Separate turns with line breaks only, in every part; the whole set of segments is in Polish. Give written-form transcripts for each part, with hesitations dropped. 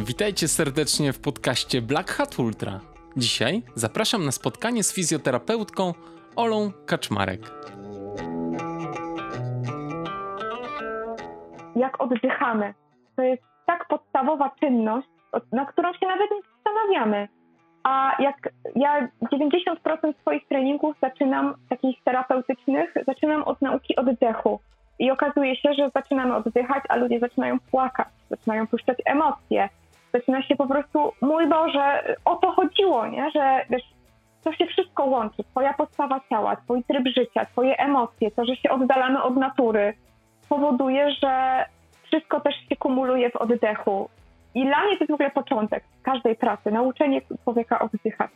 Witajcie serdecznie w podcaście Black Hat Ultra. Dzisiaj zapraszam na spotkanie z fizjoterapeutką Olą Kaczmarek.
Jak oddychamy. To jest tak podstawowa czynność, na którą się nawet nie zastanawiamy. A jak ja 90% swoich treningów takich terapeutycznych, zaczynam od nauki oddechu. I okazuje się, że zaczynamy oddychać, a ludzie zaczynają płakać, zaczynają puszczać emocje. Zaczyna się po prostu, mój Boże, o to chodziło, nie? Że wiesz, to się wszystko łączy. Twoja postawa ciała, twój tryb życia, twoje emocje, to, że się oddalamy od natury, powoduje, że wszystko też się kumuluje w oddechu. I dla mnie to jest w ogóle początek każdej pracy, nauczenie człowieka oddychać.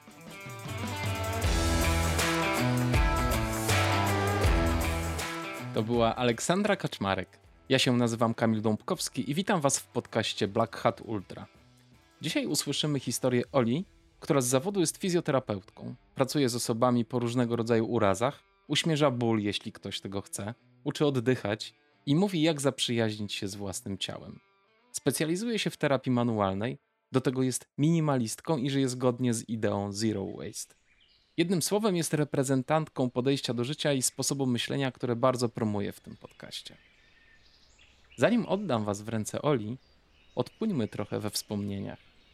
To była Aleksandra Kaczmarek. Ja się nazywam Kamil Dąbkowski i witam Was w podcaście Black Hat Ultra. Dzisiaj usłyszymy historię Oli, która z zawodu jest fizjoterapeutką. Pracuje z osobami po różnego rodzaju urazach, uśmierza ból, jeśli ktoś tego chce, uczy oddychać i mówi, jak zaprzyjaźnić się z własnym ciałem. Specjalizuje się w terapii manualnej, do tego jest minimalistką i żyje zgodnie z ideą Zero Waste. Jednym słowem jest reprezentantką podejścia do życia i sposobu myślenia, które bardzo promuję w tym podcaście. Zanim oddam Was w ręce Oli, odpłyńmy trochę we wspomnieniach.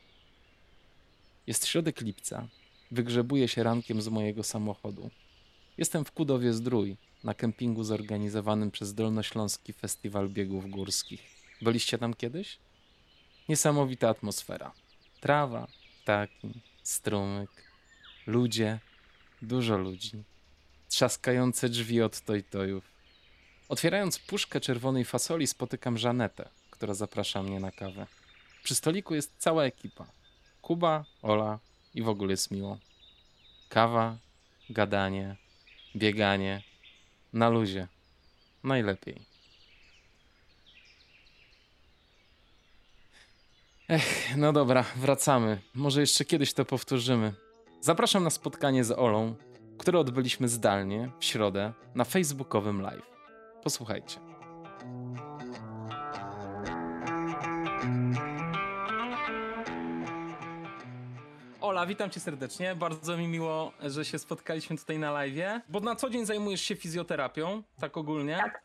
Jest środek lipca, wygrzebuję się rankiem z mojego samochodu. Jestem w Kudowie-Zdrój, na kempingu zorganizowanym przez Dolnośląski Festiwal Biegów Górskich. Byliście tam kiedyś? Niesamowita atmosfera. Trawa, ptaki, strumyk, ludzie, dużo ludzi. Trzaskające drzwi od toj-tojów. Otwierając puszkę czerwonej fasoli spotykam Żanetę, która zaprasza mnie na kawę. Przy stoliku jest cała ekipa. Kuba, Ola i w ogóle jest miło. Kawa, gadanie, bieganie, na luzie. Najlepiej. No dobra, wracamy. Może jeszcze kiedyś to powtórzymy. Zapraszam na spotkanie z Olą, które odbyliśmy zdalnie w środę na facebookowym live. Posłuchajcie. Ola, witam Cię serdecznie. Bardzo mi miło, że się spotkaliśmy tutaj na live'ie, bo na co dzień zajmujesz się fizjoterapią, tak ogólnie.
Tak.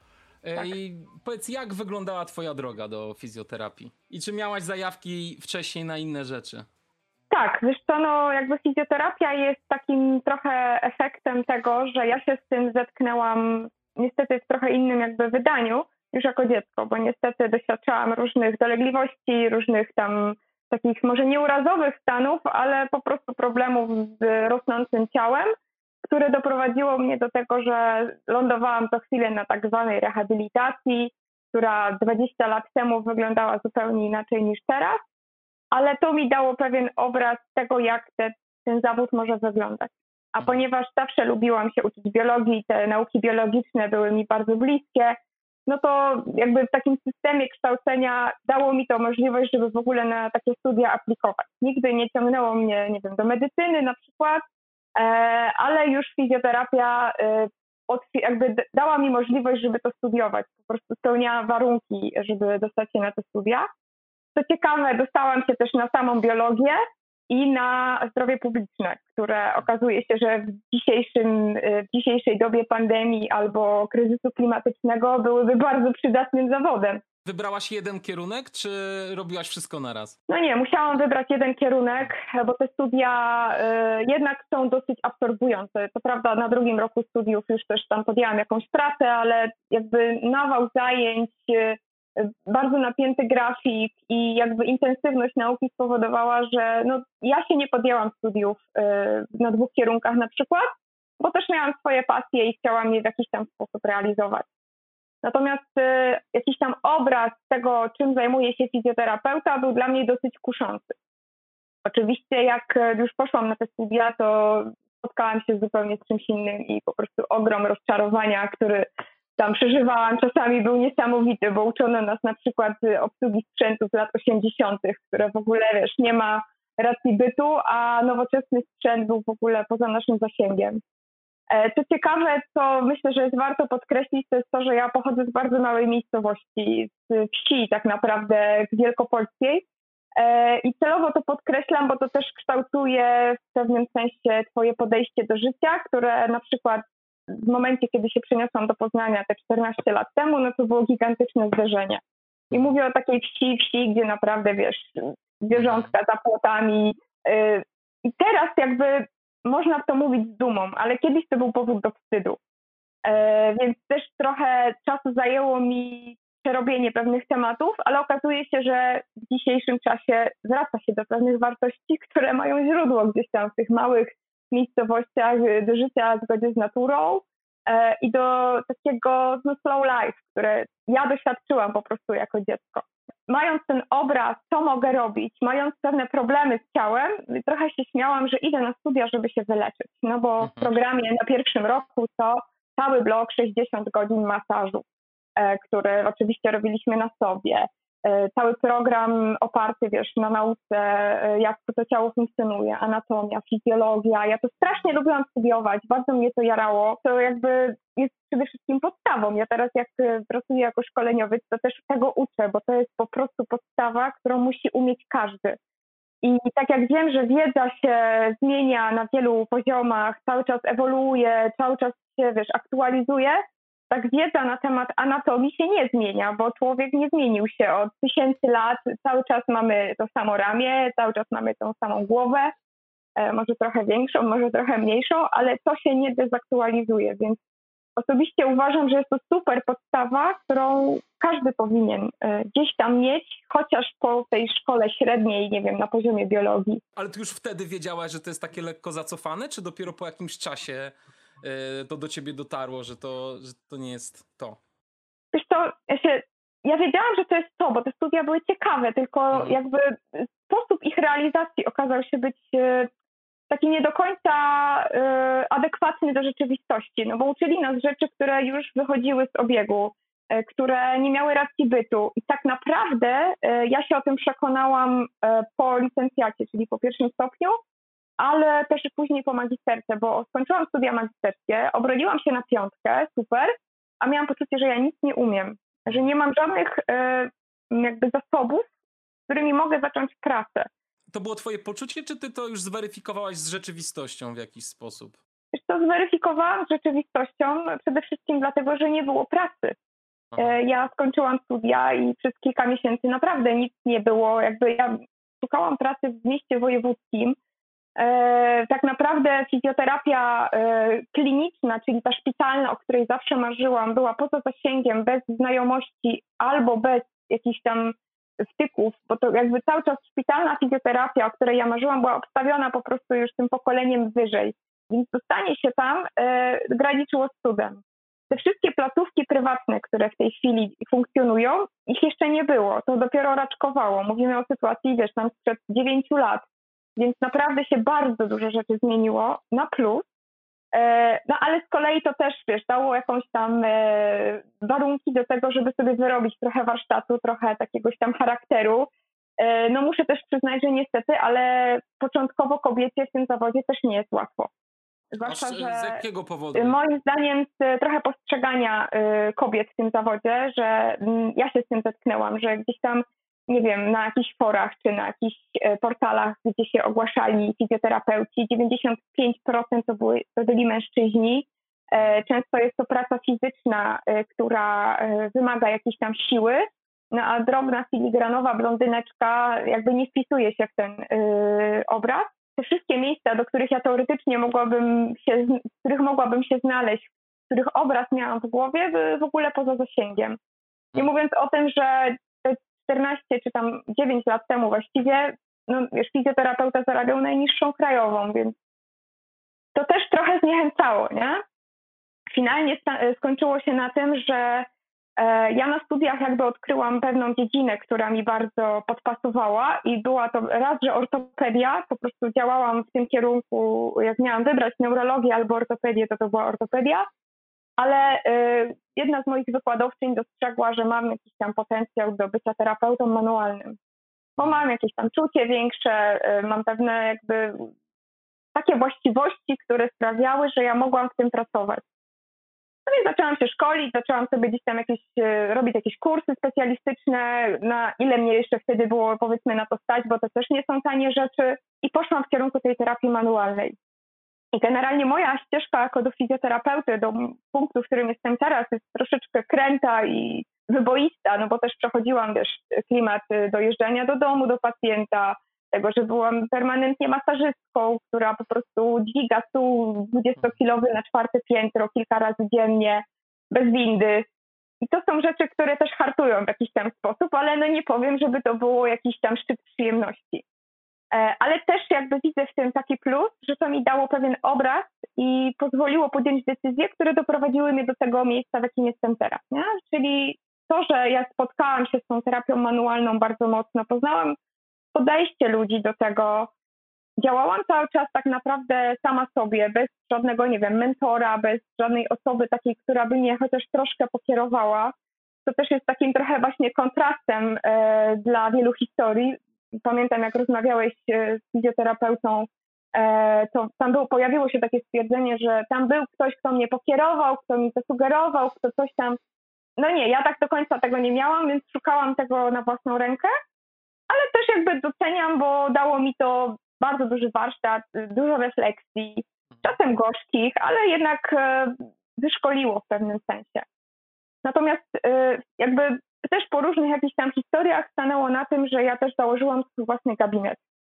I powiedz, jak wyglądała Twoja droga do fizjoterapii? I czy miałaś zajawki wcześniej na inne rzeczy?
Tak, wiesz co, no jakby fizjoterapia jest takim trochę efektem tego, że ja się z tym zetknęłam niestety w trochę innym jakby wydaniu już jako dziecko, bo niestety doświadczałam różnych dolegliwości, różnych tam takich może nieurazowych stanów, ale po prostu problemów z rosnącym ciałem, które doprowadziło mnie do tego, że lądowałam co chwilę na tak zwanej rehabilitacji, która 20 lat temu wyglądała zupełnie inaczej niż teraz. Ale to mi dało pewien obraz tego, jak ten zawód może wyglądać. A ponieważ zawsze lubiłam się uczyć biologii, te nauki biologiczne były mi bardzo bliskie, no to jakby w takim systemie kształcenia dało mi to możliwość, żeby w ogóle na takie studia aplikować. Nigdy nie ciągnęło mnie, nie wiem, do medycyny na przykład, ale już fizjoterapia jakby dała mi możliwość, żeby to studiować. Po prostu spełniała warunki, żeby dostać się na te studia. Co ciekawe, dostałam się też na samą biologię i na zdrowie publiczne, które okazuje się, że w dzisiejszej dobie pandemii albo kryzysu klimatycznego byłyby bardzo przydatnym zawodem.
Wybrałaś jeden kierunek, czy robiłaś wszystko naraz?
No nie, musiałam wybrać jeden kierunek, bo te studia jednak są dosyć absorbujące. Co prawda na drugim roku studiów już też tam podjęłam jakąś pracę, ale jakby nawał zajęć, bardzo napięty grafik i jakby intensywność nauki spowodowała, że no, ja się nie podjęłam studiów na dwóch kierunkach na przykład, bo też miałam swoje pasje i chciałam je w jakiś tam sposób realizować. Natomiast jakiś tam obraz tego, czym zajmuje się fizjoterapeuta, był dla mnie dosyć kuszący. Oczywiście jak już poszłam na te studia, to spotkałam się zupełnie z czymś innym i po prostu ogrom rozczarowania, który tam przeżywałam, czasami był niesamowity, bo uczono nas na przykład obsługi sprzętu z lat 80., które w ogóle, wiesz, nie ma racji bytu, a nowoczesny sprzęt był w ogóle poza naszym zasięgiem. Co ciekawe, co myślę, że jest warto podkreślić, to jest to, że ja pochodzę z bardzo małej miejscowości, z wsi tak naprawdę wielkopolskiej I celowo to podkreślam, bo to też kształtuje w pewnym sensie twoje podejście do życia, które na przykład w momencie, kiedy się przeniosłam do Poznania te 14 lat temu, no to było gigantyczne zderzenie. I mówię o takiej wsi, gdzie naprawdę, wiesz, zwierzątka za płotami. I teraz jakby można w to mówić z dumą, ale kiedyś to był powód do wstydu. Więc też trochę czasu zajęło mi przerobienie pewnych tematów, ale okazuje się, że w dzisiejszym czasie zwraca się do pewnych wartości, które mają źródło gdzieś tam w tych małych miejscowościach, do życia w zgodzie z naturą i do takiego slow life, które ja doświadczyłam po prostu jako dziecko. Mając ten obraz, co mogę robić, mając pewne problemy z ciałem, trochę się śmiałam, że idę na studia, żeby się wyleczyć. No bo w programie na pierwszym roku to cały blok 60 godzin masażu, który oczywiście robiliśmy na sobie. Cały program oparty, wiesz, na nauce, jak to ciało funkcjonuje, anatomia, fizjologia. Ja to strasznie lubiłam studiować, bardzo mnie to jarało. To jakby jest przede wszystkim podstawą. Ja teraz jak pracuję jako szkoleniowiec, to też tego uczę, bo to jest po prostu podstawa, którą musi umieć każdy. I tak jak wiem, że wiedza się zmienia na wielu poziomach, cały czas ewoluuje, cały czas się, wiesz, aktualizuje, tak wiedza na temat anatomii się nie zmienia, bo człowiek nie zmienił się od tysięcy lat. Cały czas mamy to samo ramię, cały czas mamy tą samą głowę, może trochę większą, może trochę mniejszą, ale to się nie dezaktualizuje, więc osobiście uważam, że jest to super podstawa, którą każdy powinien gdzieś tam mieć, chociaż po tej szkole średniej, nie wiem, na poziomie biologii.
Ale ty już wtedy wiedziałaś, że to jest takie lekko zacofane, czy dopiero po jakimś czasie to do ciebie dotarło, że to nie jest to?
Wiesz co, ja wiedziałam, że to jest to, bo te studia były ciekawe, tylko jakby sposób ich realizacji okazał się być taki nie do końca adekwatny do rzeczywistości, no bo uczyli nas rzeczy, które już wychodziły z obiegu, które nie miały racji bytu. I tak naprawdę ja się o tym przekonałam po licencjacie, czyli po pierwszym stopniu, ale też i później po magisterce, bo skończyłam studia magisterskie, obroniłam się na 5, super, a miałam poczucie, że ja nic nie umiem, że nie mam żadnych jakby zasobów, z którymi mogę zacząć pracę.
To było twoje poczucie, czy ty to już zweryfikowałaś z rzeczywistością w jakiś sposób?
Wiesz co, zweryfikowałam z rzeczywistością przede wszystkim dlatego, że nie było pracy. Ja skończyłam studia i przez kilka miesięcy naprawdę nic nie było. Jakby ja szukałam pracy w mieście wojewódzkim. Tak naprawdę fizjoterapia kliniczna, czyli ta szpitalna, o której zawsze marzyłam, była poza zasięgiem, bez znajomości albo bez jakichś tam wtyków, bo to jakby cały czas szpitalna fizjoterapia, o której ja marzyłam, była obstawiona po prostu już tym pokoleniem wyżej. Więc dostanie się tam graniczyło z cudem. Te wszystkie placówki prywatne, które w tej chwili funkcjonują, ich jeszcze nie było. To dopiero raczkowało. Mówimy o sytuacji, wiesz, tam sprzed 9 lat. Więc naprawdę się bardzo dużo rzeczy zmieniło na plus. No ale z kolei to też, wiesz, dało jakąś tam warunki do tego, żeby sobie wyrobić trochę warsztatu, trochę takiegoś tam charakteru. No muszę też przyznać, że niestety, ale początkowo kobiecie w tym zawodzie też nie jest łatwo. Zwłaszcza, że
z jakiego powodu?
Moim zdaniem z trochę postrzegania kobiet w tym zawodzie, że ja się z tym zetknęłam, że gdzieś tam, nie wiem, na jakichś forach czy na jakichś portalach, gdzie się ogłaszali fizjoterapeuci, 95% to byli mężczyźni. Często jest to praca fizyczna, która wymaga jakiejś tam siły, no a drobna, filigranowa blondyneczka jakby nie wpisuje się w ten obraz. Te wszystkie miejsca, do których ja teoretycznie w których mogłabym się znaleźć, w których obraz miałam w głowie, były w ogóle poza zasięgiem. Nie mówiąc o tym, że te 14 czy tam 9 lat temu właściwie, no wiesz, fizjoterapeuta zarabiał najniższą krajową, więc to też trochę zniechęcało, nie? Finalnie skończyło się na tym, że ja na studiach jakby odkryłam pewną dziedzinę, która mi bardzo podpasowała i była to raz, że ortopedia, po prostu działałam w tym kierunku, jak miałam wybrać neurologię albo ortopedię, to była ortopedia, ale jedna z moich wykładowczyń dostrzegła, że mam jakiś tam potencjał do bycia terapeutą manualnym, bo mam jakieś tam czucie większe, mam pewne jakby takie właściwości, które sprawiały, że ja mogłam w tym pracować. No więc zaczęłam się szkolić, zaczęłam sobie gdzieś tam robić jakieś kursy specjalistyczne, na ile mnie jeszcze wtedy było, powiedzmy, na to stać, bo to też nie są tanie rzeczy, i poszłam w kierunku tej terapii manualnej. I generalnie moja ścieżka jako do fizjoterapeuty, do punktu, w którym jestem teraz, jest troszeczkę kręta i wyboista, no bo też przechodziłam, klimat dojeżdżania do domu, do pacjenta, tego, że byłam permanentnie masażystką, która po prostu dźwiga stół 20-kilowy na 4. piętro kilka razy dziennie, bez windy. I to są rzeczy, które też hartują w jakiś tam sposób, ale no nie powiem, żeby to było jakiś tam szczyt przyjemności. Ale też jakby widzę w tym taki plus, że to mi dało pewien obraz i pozwoliło podjąć decyzje, które doprowadziły mnie do tego miejsca, w jakim jestem teraz. Nie? Czyli to, że ja spotkałam się z tą terapią manualną bardzo mocno, poznałam podejście ludzi do tego, działałam cały czas tak naprawdę sama sobie, bez żadnego, nie wiem, mentora, bez żadnej osoby takiej, która by mnie chociaż troszkę pokierowała. To też jest takim trochę właśnie kontrastem dla wielu historii. Pamiętam, jak rozmawiałeś z fizjoterapeutą, to tam pojawiło się takie stwierdzenie, że tam był ktoś, kto mnie pokierował, kto mi to sugerował, kto coś tam. No nie, ja tak do końca tego nie miałam, więc szukałam tego na własną rękę, ale też jakby doceniam, bo dało mi to bardzo duży warsztat, dużo refleksji, czasem gorzkich, ale jednak wyszkoliło w pewnym sensie. Natomiast jakby też po różnych jakichś tam historiach stanęło na tym, że ja też założyłam swój własny gabinet.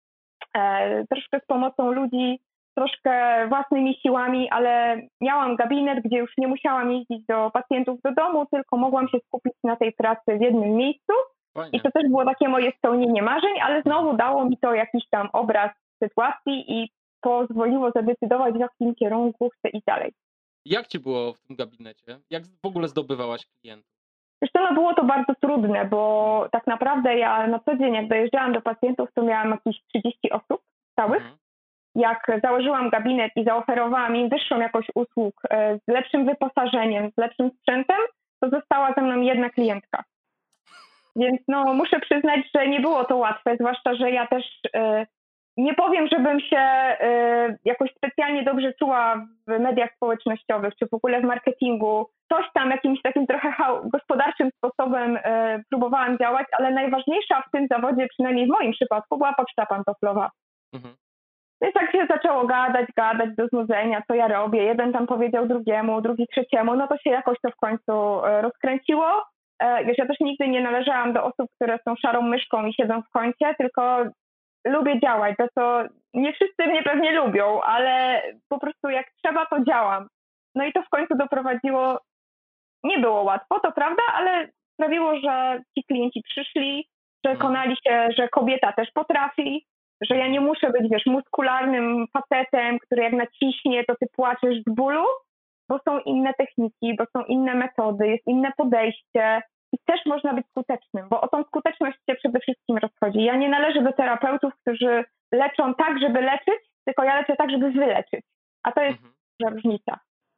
Troszkę z pomocą ludzi, troszkę własnymi siłami, ale miałam gabinet, gdzie już nie musiałam jeździć do pacjentów do domu, tylko mogłam się skupić na tej pracy w jednym miejscu.
Fajnie.
I to też było takie moje spełnienie marzeń, ale znowu dało mi to jakiś tam obraz sytuacji i pozwoliło zadecydować, w jakim kierunku chcę iść dalej.
Jak ci było w tym gabinecie? Jak w ogóle zdobywałaś klientów?
Wiesz co, no było to bardzo trudne, bo tak naprawdę ja na co dzień, jak dojeżdżałam do pacjentów, to miałam jakieś 30 osób stałych. Jak założyłam gabinet i zaoferowałam im wyższą jakość usług z lepszym wyposażeniem, z lepszym sprzętem, to została ze mną jedna klientka. Więc no, muszę przyznać, że nie było to łatwe, zwłaszcza, że ja też nie powiem, żebym się jakoś specjalnie dobrze czuła w mediach społecznościowych, czy w ogóle w marketingu. Coś tam jakimś takim trochę gospodarczym sposobem próbowałam działać, ale najważniejsza w tym zawodzie, przynajmniej w moim przypadku, była poczta pantoflowa. Więc tak się zaczęło gadać do znudzenia, co ja robię. Jeden tam powiedział drugiemu, drugi trzeciemu, no to się jakoś to w końcu rozkręciło. Wiesz, ja też nigdy nie należałam do osób, które są szarą myszką i siedzą w kącie, tylko lubię działać, za co nie wszyscy mnie pewnie lubią, ale po prostu jak trzeba, to działam. No i to w końcu doprowadziło, nie było łatwo, to prawda, ale sprawiło, że ci klienci przyszli, przekonali się, że kobieta też potrafi, że ja nie muszę być, wiesz, muskularnym facetem, który jak naciśnie, to ty płaczesz z bólu, bo są inne techniki, bo są inne metody, jest inne podejście i też można być skutecznym, bo o tą skuteczność się przede wszystkim rozchodzi. Ja nie należę do terapeutów, którzy leczą tak, żeby leczyć, tylko ja leczę tak, żeby wyleczyć. A to jest duża różnica.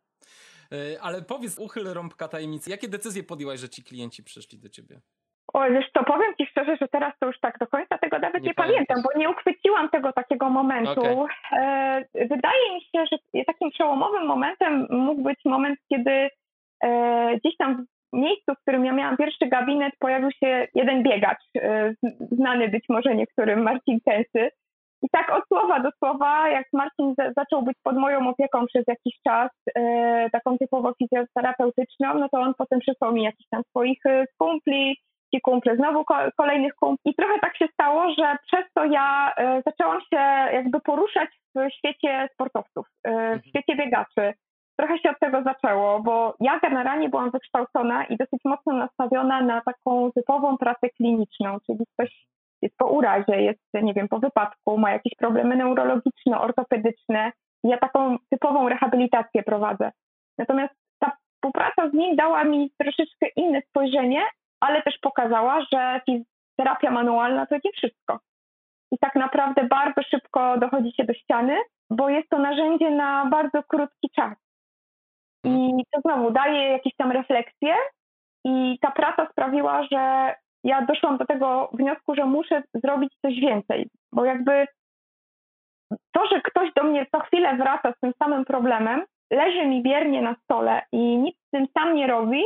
Ale powiedz, uchyl rąbka tajemnicy. Jakie decyzje podjęłaś, że ci klienci przyszli do ciebie?
O, wiesz co, powiem ci szczerze, że teraz to już tak do końca tego nawet nie pamiętam, bo nie uchwyciłam tego takiego momentu. Okay. Wydaje mi się, że takim przełomowym momentem mógł być moment, kiedy gdzieś tam w miejscu, w którym ja miałam pierwszy gabinet, pojawił się jeden biegacz, znany być może niektórym, Marcin Kęsy. I tak od słowa do słowa, jak Marcin zaczął być pod moją opieką przez jakiś czas, taką typowo fizjoterapeutyczną, no to on potem przysłał mi jakichś tam swoich kumpli, ci kumple, znowu kolejnych kumpli. I trochę tak się stało, że przez to ja zaczęłam się jakby poruszać w świecie sportowców, w świecie biegaczy. Trochę się od tego zaczęło, bo ja generalnie byłam wykształcona i dosyć mocno nastawiona na taką typową pracę kliniczną, czyli ktoś jest po urazie, jest, nie wiem, po wypadku, ma jakieś problemy neurologiczne, ortopedyczne. Ja taką typową rehabilitację prowadzę. Natomiast ta współpraca z nim dała mi troszeczkę inne spojrzenie, ale też pokazała, że terapia manualna to nie wszystko. I tak naprawdę bardzo szybko dochodzi się do ściany, bo jest to narzędzie na bardzo krótki czas. I to znowu daje jakieś tam refleksje i ta praca sprawiła, że ja doszłam do tego wniosku, że muszę zrobić coś więcej, bo jakby to, że ktoś do mnie co chwilę wraca z tym samym problemem, leży mi biernie na stole i nic z tym sam nie robi,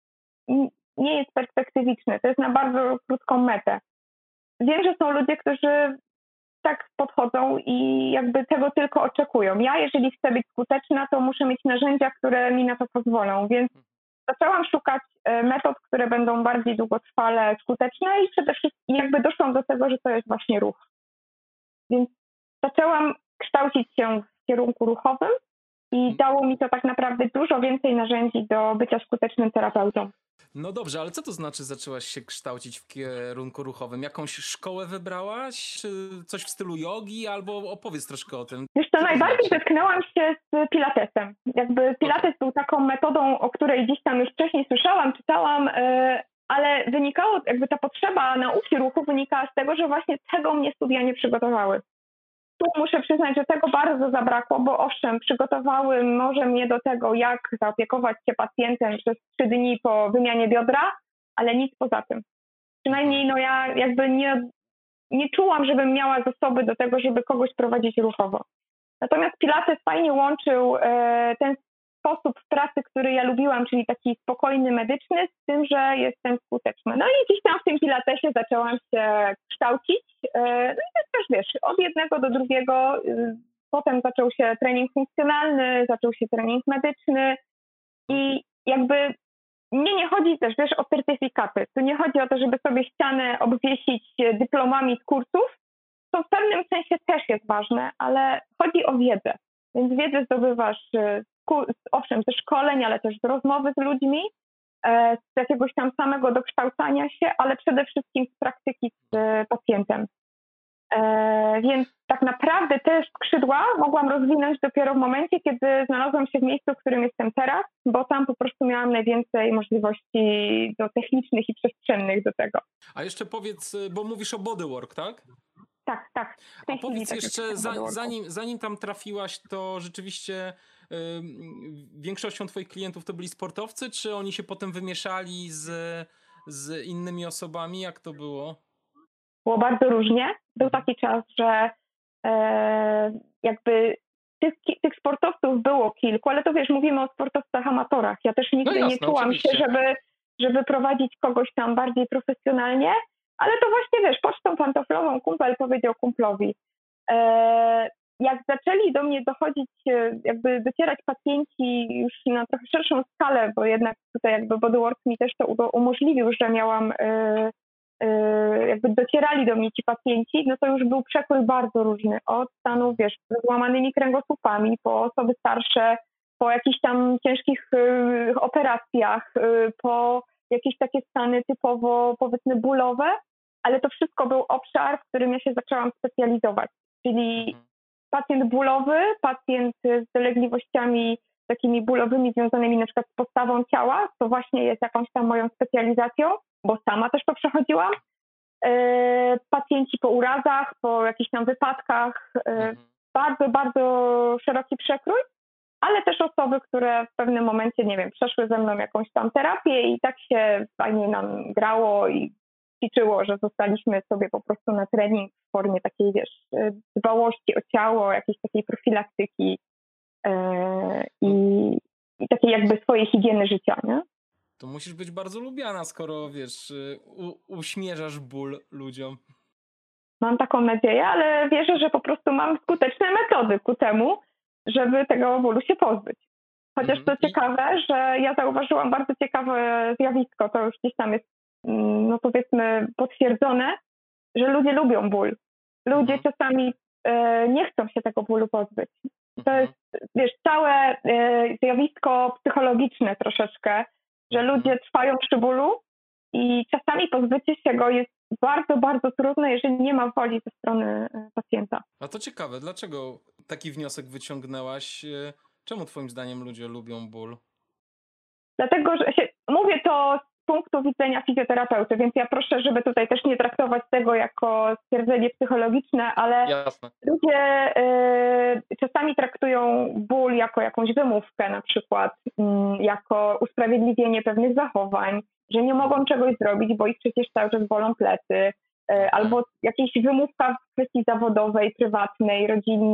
nie jest perspektywiczny. To jest na bardzo krótką metę. Wiem, że są ludzie, którzy tak podchodzą i jakby tego tylko oczekują. Ja, jeżeli chcę być skuteczna, to muszę mieć narzędzia, które mi na to pozwolą, więc zaczęłam szukać metod, które będą bardziej długotrwale skuteczne i przede wszystkim jakby doszłam do tego, że to jest właśnie ruch. Więc zaczęłam kształcić się w kierunku ruchowym i dało mi to tak naprawdę dużo więcej narzędzi do bycia skutecznym terapeutą.
No dobrze, ale co to znaczy zaczęłaś się kształcić w kierunku ruchowym? Jakąś szkołę wybrałaś? Czy coś w stylu jogi? Albo opowiedz troszkę o tym.
Wiesz co, najbardziej zetknęłam się z pilatesem. Jakby pilates był taką metodą, o której gdzieś tam już wcześniej słyszałam, czytałam, ale wynikało, jakby ta potrzeba nauki ruchu wynikała z tego, że właśnie tego mnie studia nie przygotowały. Tu muszę przyznać, że tego bardzo zabrakło, bo owszem, przygotowały może mnie do tego, jak zaopiekować się pacjentem przez 3 dni po wymianie biodra, ale nic poza tym. Przynajmniej no ja jakby nie czułam, żebym miała zasoby do tego, żeby kogoś prowadzić ruchowo. Natomiast Pilates fajnie łączył ten sposób pracy, który ja lubiłam, czyli taki spokojny, medyczny, z tym, że jestem skuteczna. No i gdzieś tam w tym Pilatesie zaczęłam się kształcić. No i to jest też, wiesz, od jednego do drugiego. Potem zaczął się trening funkcjonalny, zaczął się trening medyczny i jakby mnie nie chodzi też, wiesz, o certyfikaty. Tu nie chodzi o to, żeby sobie ścianę obwiesić dyplomami z kursów. To w pewnym sensie też jest ważne, ale chodzi o wiedzę. Więc wiedzę zdobywasz owszem, ze szkoleń, ale też z rozmowy z ludźmi, z jakiegoś tam samego dokształcania się, ale przede wszystkim z praktyki z pacjentem. Więc tak naprawdę te skrzydła mogłam rozwinąć dopiero w momencie, kiedy znalazłam się w miejscu, w którym jestem teraz, bo tam po prostu miałam najwięcej możliwości technicznych i przestrzennych do tego.
A jeszcze powiedz, bo mówisz o bodywork, tak?
Tak.
A powiedz jeszcze, zanim tam trafiłaś, to rzeczywiście większością twoich klientów to byli sportowcy, czy oni się potem wymieszali z innymi osobami? Jak to było?
Było bardzo różnie. Był taki czas, że jakby tych sportowców było kilku, ale to wiesz, mówimy o sportowcach amatorach. Ja też nigdy nie czułam się, żeby prowadzić kogoś tam bardziej profesjonalnie, ale to właśnie, wiesz, pocztą pantoflową kumpel powiedział kumplowi. Jak zaczęli do mnie dochodzić, jakby docierać pacjenci już na trochę szerszą skalę, bo jednak tutaj jakby bodywork mi też to umożliwił, że miałam, jakby docierali do mnie ci pacjenci, no to już był przekrój bardzo różny. Od stanów, wiesz, z złamanymi kręgosłupami, po osoby starsze, po jakichś tam ciężkich operacjach, po jakieś takie stany typowo, powiedzmy, bólowe, ale to wszystko był obszar, w którym ja się zaczęłam specjalizować, czyli pacjent bólowy, pacjent z dolegliwościami takimi bólowymi związanymi na przykład z postawą ciała, to właśnie jest jakąś tam moją specjalizacją, bo sama też to przechodziłam. Pacjenci po urazach, po jakichś tam wypadkach, bardzo, bardzo szeroki przekrój, ale też osoby, które w pewnym momencie, nie wiem, przeszły ze mną jakąś tam terapię i tak się fajnie nam grało i ćwiczyło, że zostaliśmy sobie po prostu na trening w formie takiej, wiesz, dbałości o ciało, jakiejś takiej profilaktyki i takiej jakby swojej higieny życia, nie?
To musisz być bardzo lubiana, skoro, wiesz, uśmierzasz ból ludziom.
Mam taką nadzieję, ale wierzę, że po prostu mam skuteczne metody ku temu, żeby tego bólu się pozbyć. Chociaż to ciekawe, że ja zauważyłam bardzo ciekawe zjawisko, to już gdzieś tam jest, no powiedzmy, potwierdzone, że ludzie lubią ból. Ludzie czasami nie chcą się tego bólu pozbyć. To jest, wiesz, całe zjawisko psychologiczne troszeczkę, że ludzie trwają przy bólu i czasami pozbycie się go jest bardzo, bardzo trudne, jeżeli nie ma woli ze strony pacjenta.
A to ciekawe, dlaczego taki wniosek wyciągnęłaś? Czemu twoim zdaniem ludzie lubią ból?
Dlatego, że mówię to z punktu widzenia fizjoterapeuty, więc ja proszę, żeby tutaj też nie traktować tego jako stwierdzenie psychologiczne, ale
Jasne.
Ludzie czasami traktują ból jako jakąś wymówkę na przykład, jako usprawiedliwienie pewnych zachowań, że nie mogą czegoś zrobić, bo ich przecież cały czas bolą plecy, albo jakaś wymówka w kwestii zawodowej, prywatnej, rodzinnej.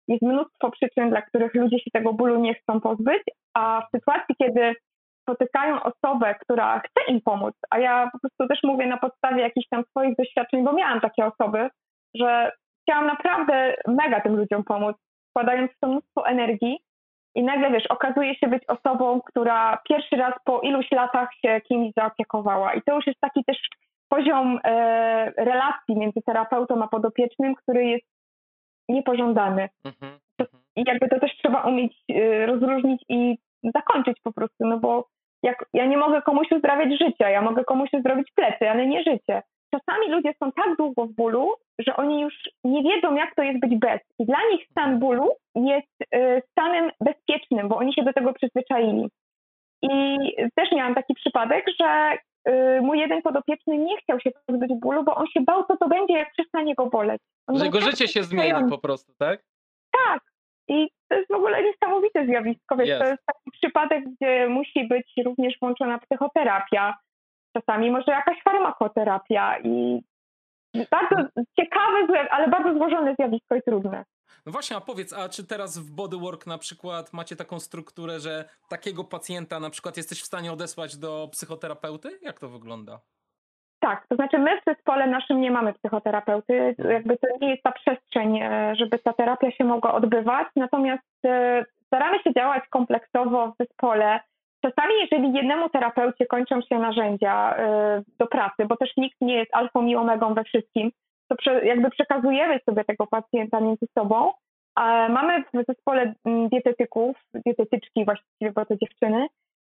jest mnóstwo przyczyn, dla których ludzie się tego bólu nie chcą pozbyć, a w sytuacji, kiedy spotykają osobę, która chce im pomóc, a ja po prostu też mówię na podstawie jakichś tam swoich doświadczeń, bo miałam takie osoby, że chciałam naprawdę mega tym ludziom pomóc, wkładając w to mnóstwo energii i nagle, wiesz, okazuje się być osobą, która pierwszy raz po iluś latach się kimś zaopiekowała. I to już jest taki też poziom relacji między terapeutą a podopiecznym, który jest niepożądany. I jakby to też trzeba umieć rozróżnić i zakończyć po prostu, no bo ja nie mogę komuś uzdrawiać życia, ja mogę komuś uzdrowić plecy, ale nie życie. Czasami ludzie są tak długo w bólu, że oni już nie wiedzą, jak to jest być bez. I dla nich stan bólu jest stanem bezpiecznym, bo oni się do tego przyzwyczaili. I też miałam taki przypadek, że mój jeden podopieczny nie chciał się pozbyć bólu, bo on się bał, co to będzie, jak przestanie go boleć.
Że jego życie się zmieni po prostu, tak?
Tak. I to jest w ogóle niesamowite zjawisko. Wiesz, to jest taki przypadek, gdzie musi być również włączona psychoterapia. Czasami może jakaś farmakoterapia i bardzo ciekawe, ale bardzo złożone zjawisko i trudne.
No właśnie, a powiedz, a czy teraz w Bodywork na przykład macie taką strukturę, że takiego pacjenta na przykład jesteś w stanie odesłać do psychoterapeuty? Jak to wygląda?
Tak, to znaczy my w zespole naszym nie mamy psychoterapeuty, jakby to nie jest ta przestrzeń, żeby ta terapia się mogła odbywać, natomiast staramy się działać kompleksowo w zespole. Czasami, jeżeli jednemu terapeucie kończą się narzędzia do pracy, bo też nikt nie jest alfą i omegą we wszystkim, to jakby przekazujemy sobie tego pacjenta między sobą. Mamy w zespole dietetyków, dietetyczki właściwie, bo to dziewczyny,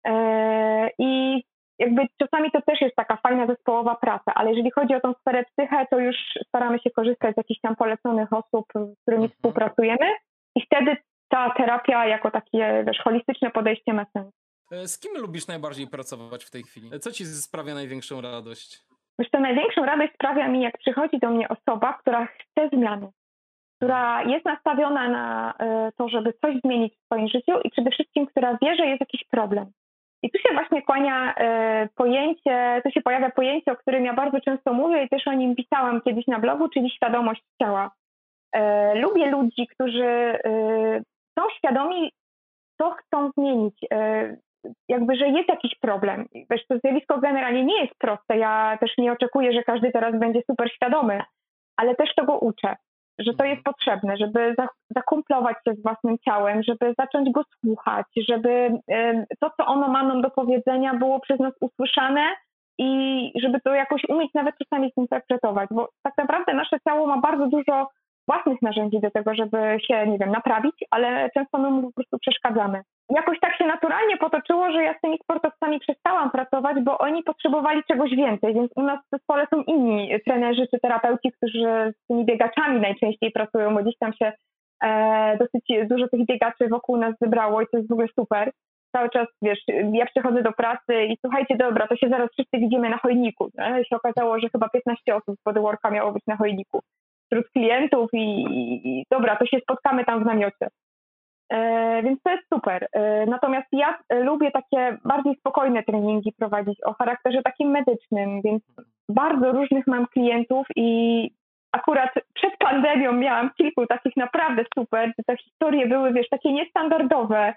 i jakby czasami to też jest taka fajna zespołowa praca, ale jeżeli chodzi o tą sferę psychę, to już staramy się korzystać z jakichś tam poleconych osób, z którymi współpracujemy i wtedy ta terapia jako takie, wiesz, holistyczne podejście ma sens.
Z kim lubisz najbardziej pracować w tej chwili? Co ci sprawia największą radość?
Wiesz, to największą radość sprawia mi, jak przychodzi do mnie osoba, która chce zmiany, która jest nastawiona na to, żeby coś zmienić w swoim życiu i przede wszystkim, która wie, że jest jakiś problem. I tu się właśnie pojawia pojęcie, o którym ja bardzo często mówię i też o nim pisałam kiedyś na blogu, czyli świadomość ciała. Lubię ludzi, którzy są świadomi, co chcą zmienić, jakby, że jest jakiś problem. Wiesz, to zjawisko generalnie nie jest proste. Ja też nie oczekuję, że każdy teraz będzie super świadomy, ale też tego uczę, że to jest potrzebne, żeby zakumplować się z własnym ciałem, żeby zacząć go słuchać, żeby to, co ono ma nam do powiedzenia, było przez nas usłyszane i żeby to jakoś umieć nawet czasami zinterpretować, bo tak naprawdę nasze ciało ma bardzo dużo własnych narzędzi do tego, żeby się, nie wiem, naprawić, ale często my mu po prostu przeszkadzamy. Jakoś tak się naturalnie potoczyło, że ja z tymi sportowcami przestałam pracować, bo oni potrzebowali czegoś więcej, więc u nas w zespole są inni trenerzy czy terapeuci, którzy z tymi biegaczami najczęściej pracują, bo gdzieś tam się dosyć dużo tych biegaczy wokół nas zebrało i to jest w ogóle super. Cały czas, wiesz, ja przychodzę do pracy i słuchajcie, dobra, to się zaraz wszyscy widzimy na chojniku. Nie? I się okazało, że chyba 15 osób z Bodyworka miało być na chojniku wśród klientów i dobra, to się spotkamy tam w namiocie. Więc to jest super. Natomiast ja lubię takie bardziej spokojne treningi prowadzić o charakterze takim medycznym, więc bardzo różnych mam klientów i akurat przed pandemią miałam kilku takich naprawdę super, te historie były, wiesz, takie niestandardowe.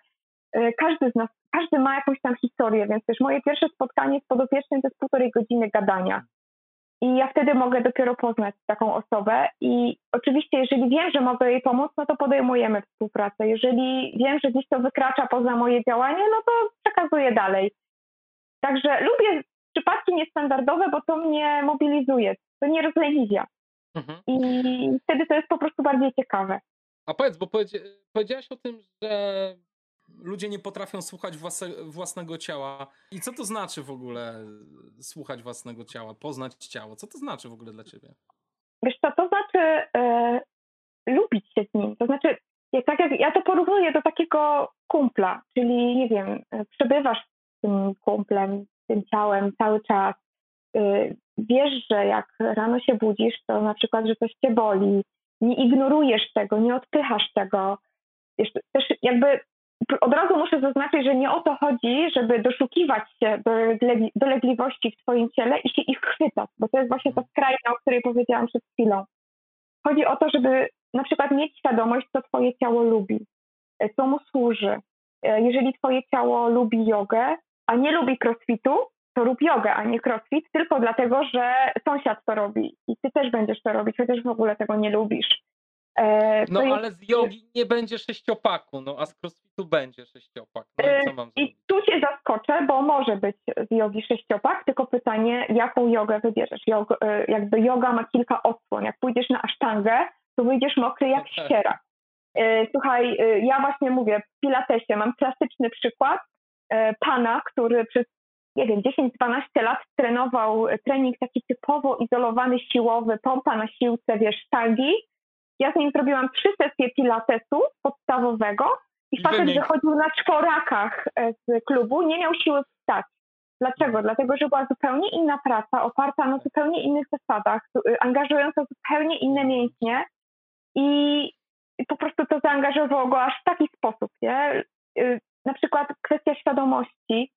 Każdy ma jakąś tam historię, więc też moje pierwsze spotkanie z podopiecznym to jest 1,5 godziny gadania. I ja wtedy mogę dopiero poznać taką osobę i oczywiście jeżeli wiem, że mogę jej pomóc, no to podejmujemy współpracę. Jeżeli wiem, że gdzieś to wykracza poza moje działanie, no to przekazuję dalej. Także lubię przypadki niestandardowe, bo to mnie mobilizuje, to nie rozleniwia. I wtedy to jest po prostu bardziej ciekawe.
A powiedz, bo powiedziałaś o tym, że ludzie nie potrafią słuchać własnego ciała. I co to znaczy w ogóle słuchać własnego ciała, poznać ciało? Co to znaczy w ogóle dla ciebie?
Wiesz co, to znaczy lubić się z nim. To znaczy, tak jak ja to porównuję do takiego kumpla, czyli nie wiem, przebywasz z tym kumplem, z tym ciałem cały czas. Wiesz, że jak rano się budzisz, to na przykład, że coś cię boli. Nie ignorujesz tego, nie odpychasz tego. Wiesz, też jakby od razu muszę zaznaczyć, że nie o to chodzi, żeby doszukiwać się do dolegliwości w swoim ciele i się ich chwytać, bo to jest właśnie ta skrajna, o której powiedziałam przed chwilą. Chodzi o to, żeby na przykład mieć świadomość, co twoje ciało lubi, co mu służy. Jeżeli twoje ciało lubi jogę, a nie lubi crossfitu, to rób jogę, a nie crossfit, tylko dlatego, że sąsiad to robi i ty też będziesz to robić, chociaż w ogóle tego nie lubisz.
No ale z jogi nie będzie sześciopaku, no a z crossfitu będzie sześciopak. No i co mam
I
zrobić?
tu cię zaskoczę, bo może być z jogi sześciopak, tylko pytanie, jaką jogę wybierzesz. Jakby joga ma kilka odsłon. Jak pójdziesz na asztangę, to wyjdziesz mokry jak ściera. Słuchaj, ja właśnie mówię, w pilatesie mam klasyczny przykład pana, który przez, nie wiem, 10-12 lat trenował trening taki typowo izolowany, siłowy, pompa na siłce, wiesz, sztangi. Ja z nim zrobiłam 3 sesje pilatesu podstawowego i facet wychodził na czworakach z klubu, nie miał siły wstać. Dlaczego? Dlatego, że była zupełnie inna praca, oparta na zupełnie innych zasadach, angażująca zupełnie inne mięśnie i po prostu to zaangażowało go aż w taki sposób, nie? Na przykład kwestia świadomości,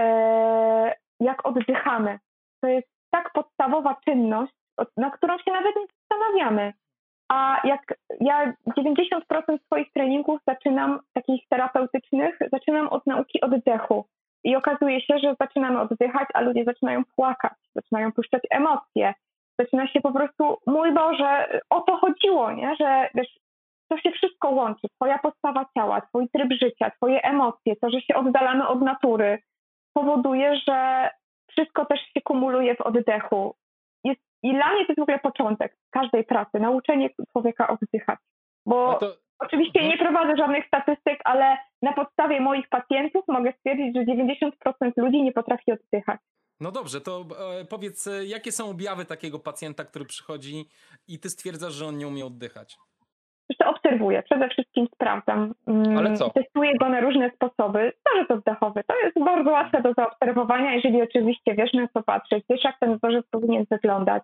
jak oddychamy. To jest tak podstawowa czynność, na którą się nawet nie zastanawiamy. A jak ja 90% swoich treningów takich terapeutycznych, zaczynam od nauki oddechu. I okazuje się, że zaczynamy oddychać, a ludzie zaczynają płakać, zaczynają puszczać emocje. Zaczyna się po prostu, mój Boże, o to chodziło, nie? Że wiesz, to się wszystko łączy. Twoja postawa ciała, twój tryb życia, twoje emocje, to, że się oddalamy od natury, powoduje, że wszystko też się kumuluje w oddechu. I dla mnie to jest w ogóle początek każdej pracy, nauczenie człowieka oddychać. Bo oczywiście nie prowadzę żadnych statystyk, ale na podstawie moich pacjentów mogę stwierdzić, że 90% ludzi nie potrafi oddychać.
No dobrze, to powiedz, jakie są objawy takiego pacjenta, który przychodzi i ty stwierdzasz, że on nie umie oddychać?
Zresztą obserwuję, przede wszystkim sprawdzam.
Ale co?
Testuję go na różne sposoby. Wzorzec oddechowy to jest bardzo łatwe do zaobserwowania, jeżeli oczywiście wiesz, na co patrzeć, wiesz, jak ten wzorzec powinien wyglądać.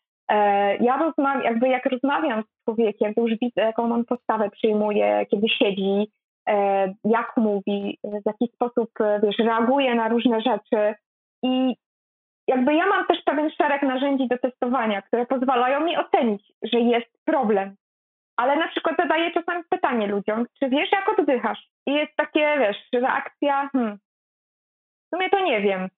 Ja jak rozmawiam z człowiekiem, to już widzę, jaką on postawę przyjmuje, kiedy siedzi, jak mówi, w jaki sposób, wiesz, reaguje na różne rzeczy. I jakby ja mam też pewien szereg narzędzi do testowania, które pozwalają mi ocenić, że jest problem. Ale na przykład zadaję czasami pytanie ludziom, czy wiesz, jak oddychasz? I jest takie, wiesz, reakcja, w sumie to nie wiem.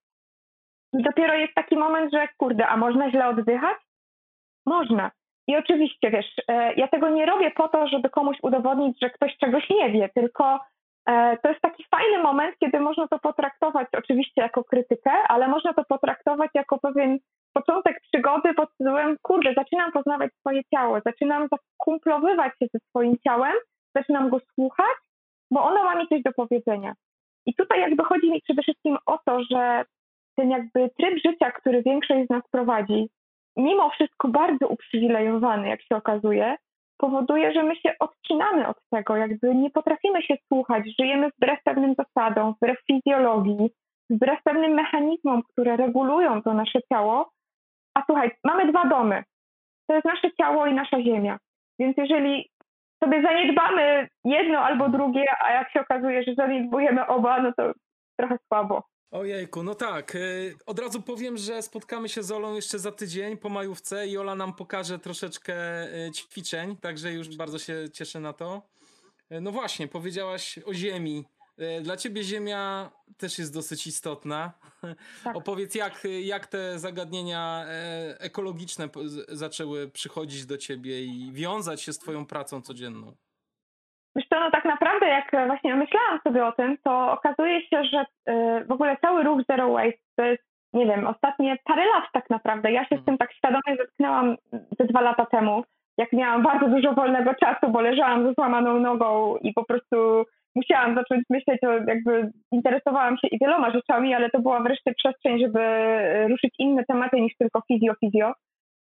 I dopiero jest taki moment, że kurde, a można źle oddychać? Można. I oczywiście, wiesz, ja tego nie robię po to, żeby komuś udowodnić, że ktoś czegoś nie wie, tylko to jest taki fajny moment, kiedy można to potraktować oczywiście jako krytykę, ale można to potraktować jako pewien początek przygody pod tytułem, kurde, zaczynam poznawać swoje ciało, zaczynam zakumplowywać się ze swoim ciałem, zaczynam go słuchać, bo ono ma mi coś do powiedzenia. I tutaj jakby chodzi mi przede wszystkim o to, że ten jakby tryb życia, który większość z nas prowadzi, mimo wszystko bardzo uprzywilejowany, jak się okazuje, powoduje, że my się odcinamy od tego, jakby nie potrafimy się słuchać, żyjemy wbrew pewnym zasadom, wbrew fizjologii, wbrew pewnym mechanizmom, które regulują to nasze ciało. A słuchaj, mamy 2 domy. To jest nasze ciało i nasza ziemia. Więc jeżeli sobie zaniedbamy jedno albo drugie, a jak się okazuje, że zaniedbujemy oba, no to trochę słabo.
Ojejku, no tak. Od razu powiem, że spotkamy się z Olą jeszcze za tydzień po majówce i Ola nam pokaże troszeczkę ćwiczeń, także już bardzo się cieszę na to. No właśnie, powiedziałaś o ziemi. Dla ciebie ziemia też jest dosyć istotna. Tak. Opowiedz, jak te zagadnienia ekologiczne zaczęły przychodzić do ciebie i wiązać się z twoją pracą codzienną.
Wiesz co, no tak naprawdę jak właśnie myślałam sobie o tym, to okazuje się, że w ogóle cały ruch Zero Waste to jest, nie wiem, ostatnie parę lat tak naprawdę. Ja się z tym tak świadomie zetknęłam ze 2 lata temu, jak miałam bardzo dużo wolnego czasu, bo leżałam ze złamaną nogą i po prostu musiałam zacząć myśleć, jakby interesowałam się i wieloma rzeczami, ale to była wreszcie przestrzeń, żeby ruszyć inne tematy niż tylko fizjo.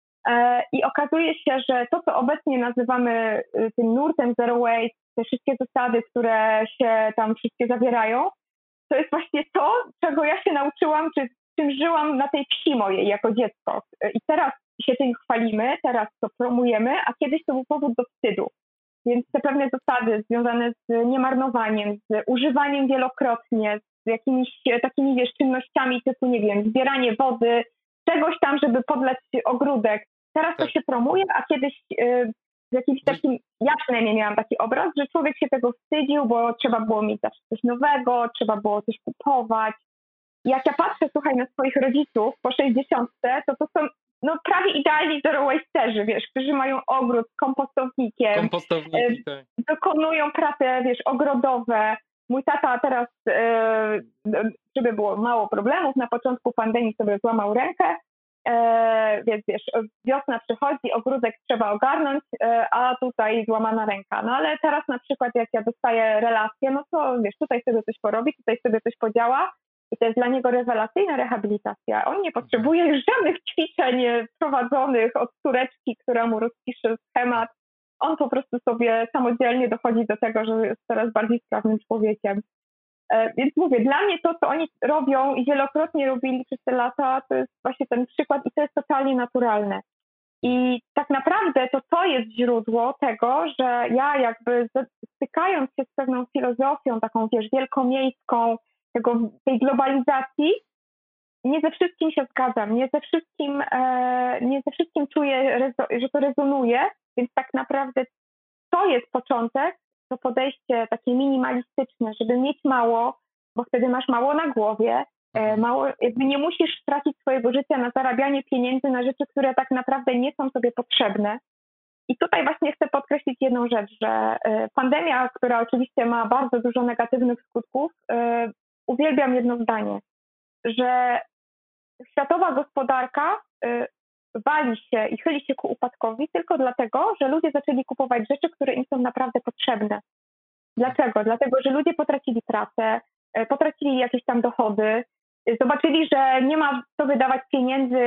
I okazuje się, że to, co obecnie nazywamy tym nurtem Zero Waste, te wszystkie zasady, które się tam wszystkie zawierają, to jest właśnie to, czego ja się nauczyłam, czy czym żyłam na tej wsi mojej jako dziecko. I teraz się tym chwalimy, teraz to promujemy, a kiedyś to był powód do wstydu. Więc te pewne zasady związane z niemarnowaniem, z używaniem wielokrotnie, z jakimiś takimi, wiesz, czynnościami typu, nie wiem, zbieranie wody, czegoś tam, żeby podlać ogródek. Teraz to się promuje, a kiedyś w jakimś takim ja przynajmniej miałam taki obraz, że człowiek się tego wstydził, bo trzeba było mieć zawsze coś nowego, trzeba było coś kupować. Jak ja patrzę, słuchaj, na swoich rodziców po 60, to są prawie idealni zero waste'erzy, wiesz, którzy mają ogród z kompostownikiem,
tak.
dokonują prace, wiesz, ogrodowe. Mój tata teraz, żeby było mało problemów, na początku pandemii sobie złamał rękę, więc wiesz, wiosna przychodzi, ogródek trzeba ogarnąć, a tutaj złamana ręka. No ale teraz na przykład jak ja dostaję relację, no to wiesz, tutaj sobie coś porobi, tutaj sobie coś podziała i to jest dla niego rewelacyjna rehabilitacja. On nie potrzebuje już żadnych ćwiczeń prowadzonych od córeczki, która mu rozpisze schemat. On po prostu sobie samodzielnie dochodzi do tego, że jest coraz bardziej sprawnym człowiekiem. Więc mówię, dla mnie to, co oni robią i wielokrotnie robili przez te lata, to jest właśnie ten przykład i to jest totalnie naturalne. I tak naprawdę to jest źródło tego, że ja jakby stykając się z pewną filozofią taką, wiesz, wielkomiejską, tej globalizacji, nie ze wszystkim się zgadzam, nie ze wszystkim czuję, że to rezonuje, więc tak naprawdę to jest początek, to podejście takie minimalistyczne, żeby mieć mało, bo wtedy masz mało na głowie, mało, jakby nie musisz tracić swojego życia na zarabianie pieniędzy na rzeczy, które tak naprawdę nie są sobie potrzebne. I tutaj właśnie chcę podkreślić jedną rzecz, że pandemia, która oczywiście ma bardzo dużo negatywnych skutków, uwielbiam jedno zdanie, że światowa gospodarka wali się i chyli się ku upadkowi tylko dlatego, że ludzie zaczęli kupować rzeczy, które im są naprawdę potrzebne. Dlaczego? Dlatego, że ludzie potracili pracę, potracili jakieś tam dochody, zobaczyli, że nie ma co wydawać pieniędzy,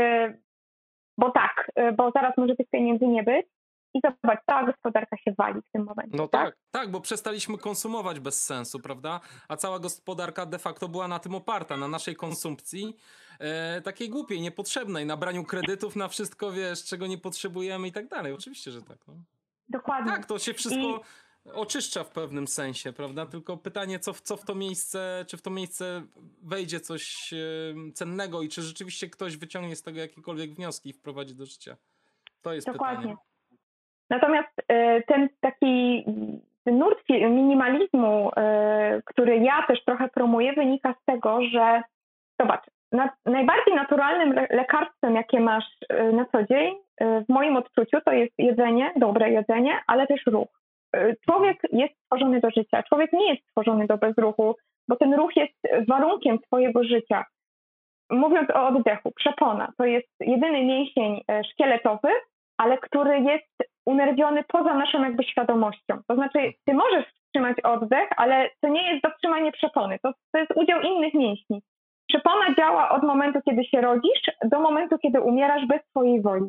bo zaraz może tych pieniędzy nie być. I zobacz, cała gospodarka się wali w tym momencie.
No tak, bo przestaliśmy konsumować bez sensu, prawda? A cała gospodarka de facto była na tym oparta, na naszej konsumpcji takiej głupiej, niepotrzebnej, na braniu kredytów na wszystko, wiesz, czego nie potrzebujemy i tak dalej. Oczywiście, że tak. No.
Dokładnie.
Tak, to się wszystko oczyszcza w pewnym sensie, prawda? Tylko pytanie, co w to miejsce, czy w to miejsce wejdzie coś cennego i czy rzeczywiście ktoś wyciągnie z tego jakiekolwiek wnioski i wprowadzi do życia. To jest pytanie.
Natomiast ten taki nurt minimalizmu, który ja też trochę promuję, wynika z tego, że zobacz, najbardziej naturalnym lekarstwem, jakie masz na co dzień, w moim odczuciu, to jest jedzenie, dobre jedzenie, ale też ruch. Człowiek jest stworzony do życia. Człowiek nie jest stworzony do bezruchu, bo ten ruch jest warunkiem twojego życia. Mówiąc o oddechu, przepona to jest jedyny mięsień szkieletowy, ale który jest unerwiony poza naszą jakby świadomością. To znaczy, ty możesz wstrzymać oddech, ale to nie jest zatrzymanie przepony. To jest udział innych mięśni. Przepona działa od momentu, kiedy się rodzisz, do momentu, kiedy umierasz bez swojej woli.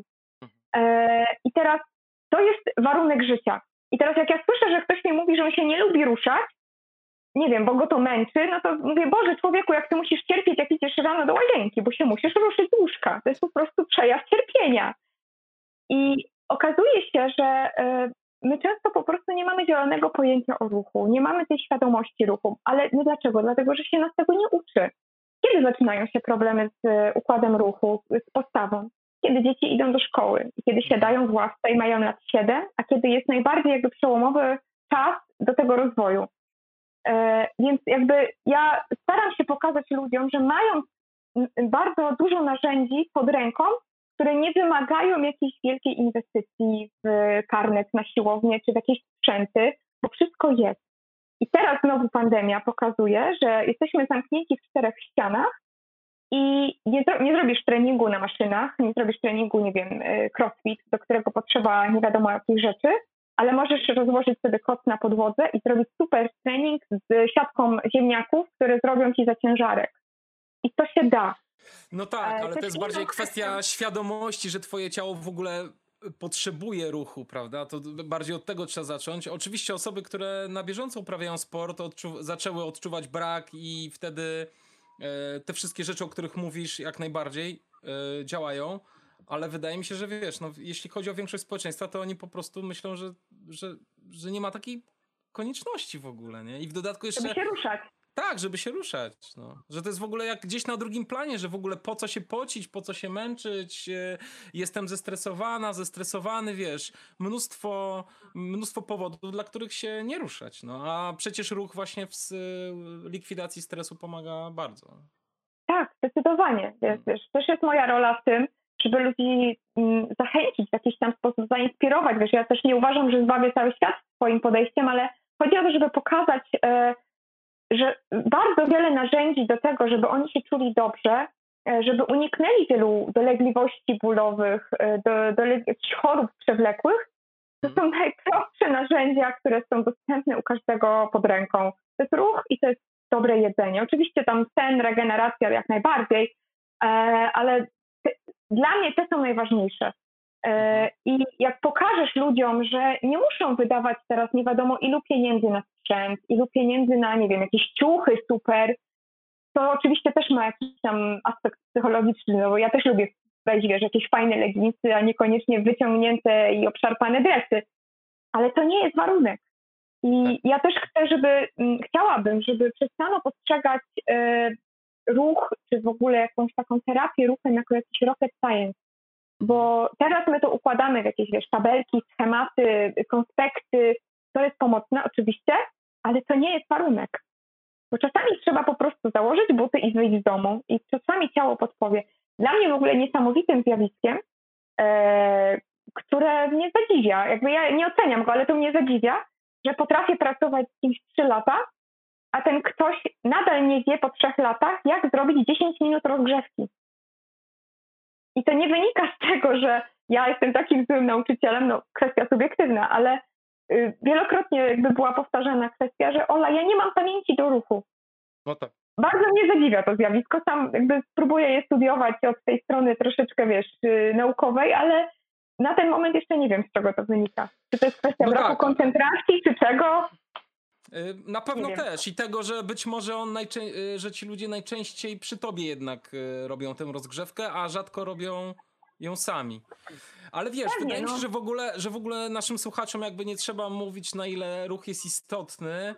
I teraz to jest warunek życia. I teraz jak ja słyszę, że ktoś mi mówi, że on się nie lubi ruszać, nie wiem, bo go to męczy, no to mówię, Boże, człowieku, jak ty musisz cierpieć, jak idziesz rano do łazienki, bo się musisz ruszyć z łóżka. To jest po prostu przejaw cierpienia. I okazuje się, że my często po prostu nie mamy zielonego pojęcia o ruchu, nie mamy tej świadomości ruchu. Ale nie dlaczego? Dlatego, że się nas tego nie uczy. Kiedy zaczynają się problemy z układem ruchu, z postawą? Kiedy dzieci idą do szkoły i kiedy siadają w ławce i mają lat 7, a kiedy jest najbardziej jakby przełomowy czas do tego rozwoju. Więc jakby ja staram się pokazać ludziom, że mają bardzo dużo narzędzi pod ręką, które nie wymagają jakiejś wielkiej inwestycji w karnet na siłownię czy w jakieś sprzęty, bo wszystko jest. I teraz znowu pandemia pokazuje, że jesteśmy zamknięci w 4 ścianach i nie zrobisz treningu na maszynach, nie zrobisz treningu, nie wiem, crossfit, do którego potrzeba nie wiadomo jakich rzeczy, ale możesz rozłożyć sobie koc na podłodze i zrobić super trening z siatką ziemniaków, które zrobią ci za ciężarek. I to się da.
No tak, ale to jest bardziej kwestia świadomości, że twoje ciało w ogóle potrzebuje ruchu, prawda? To bardziej od tego trzeba zacząć. Oczywiście osoby, które na bieżąco uprawiają sport, zaczęły odczuwać brak i wtedy te wszystkie rzeczy, o których mówisz, jak najbardziej działają, ale wydaje mi się, że wiesz, no, jeśli chodzi o większość społeczeństwa, to oni po prostu myślą, że nie ma takiej konieczności w ogóle, nie? I w dodatku jeszcze...
Żeby się ruszać.
Tak, żeby się ruszać. No. Że to jest w ogóle jak gdzieś na drugim planie, że w ogóle po co się pocić, po co się męczyć, jestem zestresowany, wiesz, mnóstwo powodów, dla których się nie ruszać. No. A przecież ruch właśnie w likwidacji stresu pomaga bardzo.
Tak, zdecydowanie. Wiesz, też jest moja rola w tym, żeby ludzi zachęcić w jakiś tam sposób, zainspirować. Wiesz, ja też nie uważam, że zbawię cały świat swoim podejściem, ale chodzi o to, żeby pokazać, że bardzo wiele narzędzi do tego, żeby oni się czuli dobrze, żeby uniknęli wielu dolegliwości bólowych, jakichś chorób przewlekłych, to są najprostsze narzędzia, które są dostępne u każdego pod ręką. To jest ruch i to jest dobre jedzenie. Oczywiście tam sen, regeneracja jak najbardziej, ale dla mnie te są najważniejsze. I jak pokażesz ludziom, że nie muszą wydawać teraz nie wiadomo ilu pieniędzy na sprzęt, ilu pieniędzy na, nie wiem, jakieś ciuchy super, to oczywiście też ma jakiś tam aspekt psychologiczny, no bo ja też lubię wejść, wiesz, jakieś fajne leginsy, a niekoniecznie wyciągnięte i obszarpane dresy. Ale to nie jest warunek. I ja też chciałabym, żeby przestano postrzegać ruch, czy w ogóle jakąś taką terapię ruchem jako jakiś rocket science. Bo teraz my to układamy w jakieś, wiesz, tabelki, schematy, konspekty. To jest pomocne oczywiście, ale to nie jest warunek. Bo czasami trzeba po prostu założyć buty i wyjść z domu. I czasami ciało podpowie. Dla mnie w ogóle niesamowitym zjawiskiem, które mnie zadziwia. Jakby ja nie oceniam go, ale to mnie zadziwia, że potrafię pracować z kimś 3 lata, a ten ktoś nadal nie wie po 3 latach, jak zrobić 10 minut rozgrzewki. I to nie wynika z tego, że ja jestem takim złym nauczycielem, no kwestia subiektywna, ale wielokrotnie jakby była powtarzana kwestia, że Ola, ja nie mam pamięci do ruchu.
No tak.
Bardzo mnie zadziwia to zjawisko, sam jakby spróbuję je studiować od tej strony troszeczkę, wiesz, naukowej, ale na ten moment jeszcze nie wiem, z czego to wynika. Czy to jest kwestia braku koncentracji, czy czego?
Na pewno też i tego, że być może że ci ludzie najczęściej przy tobie jednak robią tę rozgrzewkę, a rzadko robią ją sami. Ale wiesz, pewnie, wydaje mi się, że w ogóle naszym słuchaczom jakby nie trzeba mówić, na ile ruch jest istotny,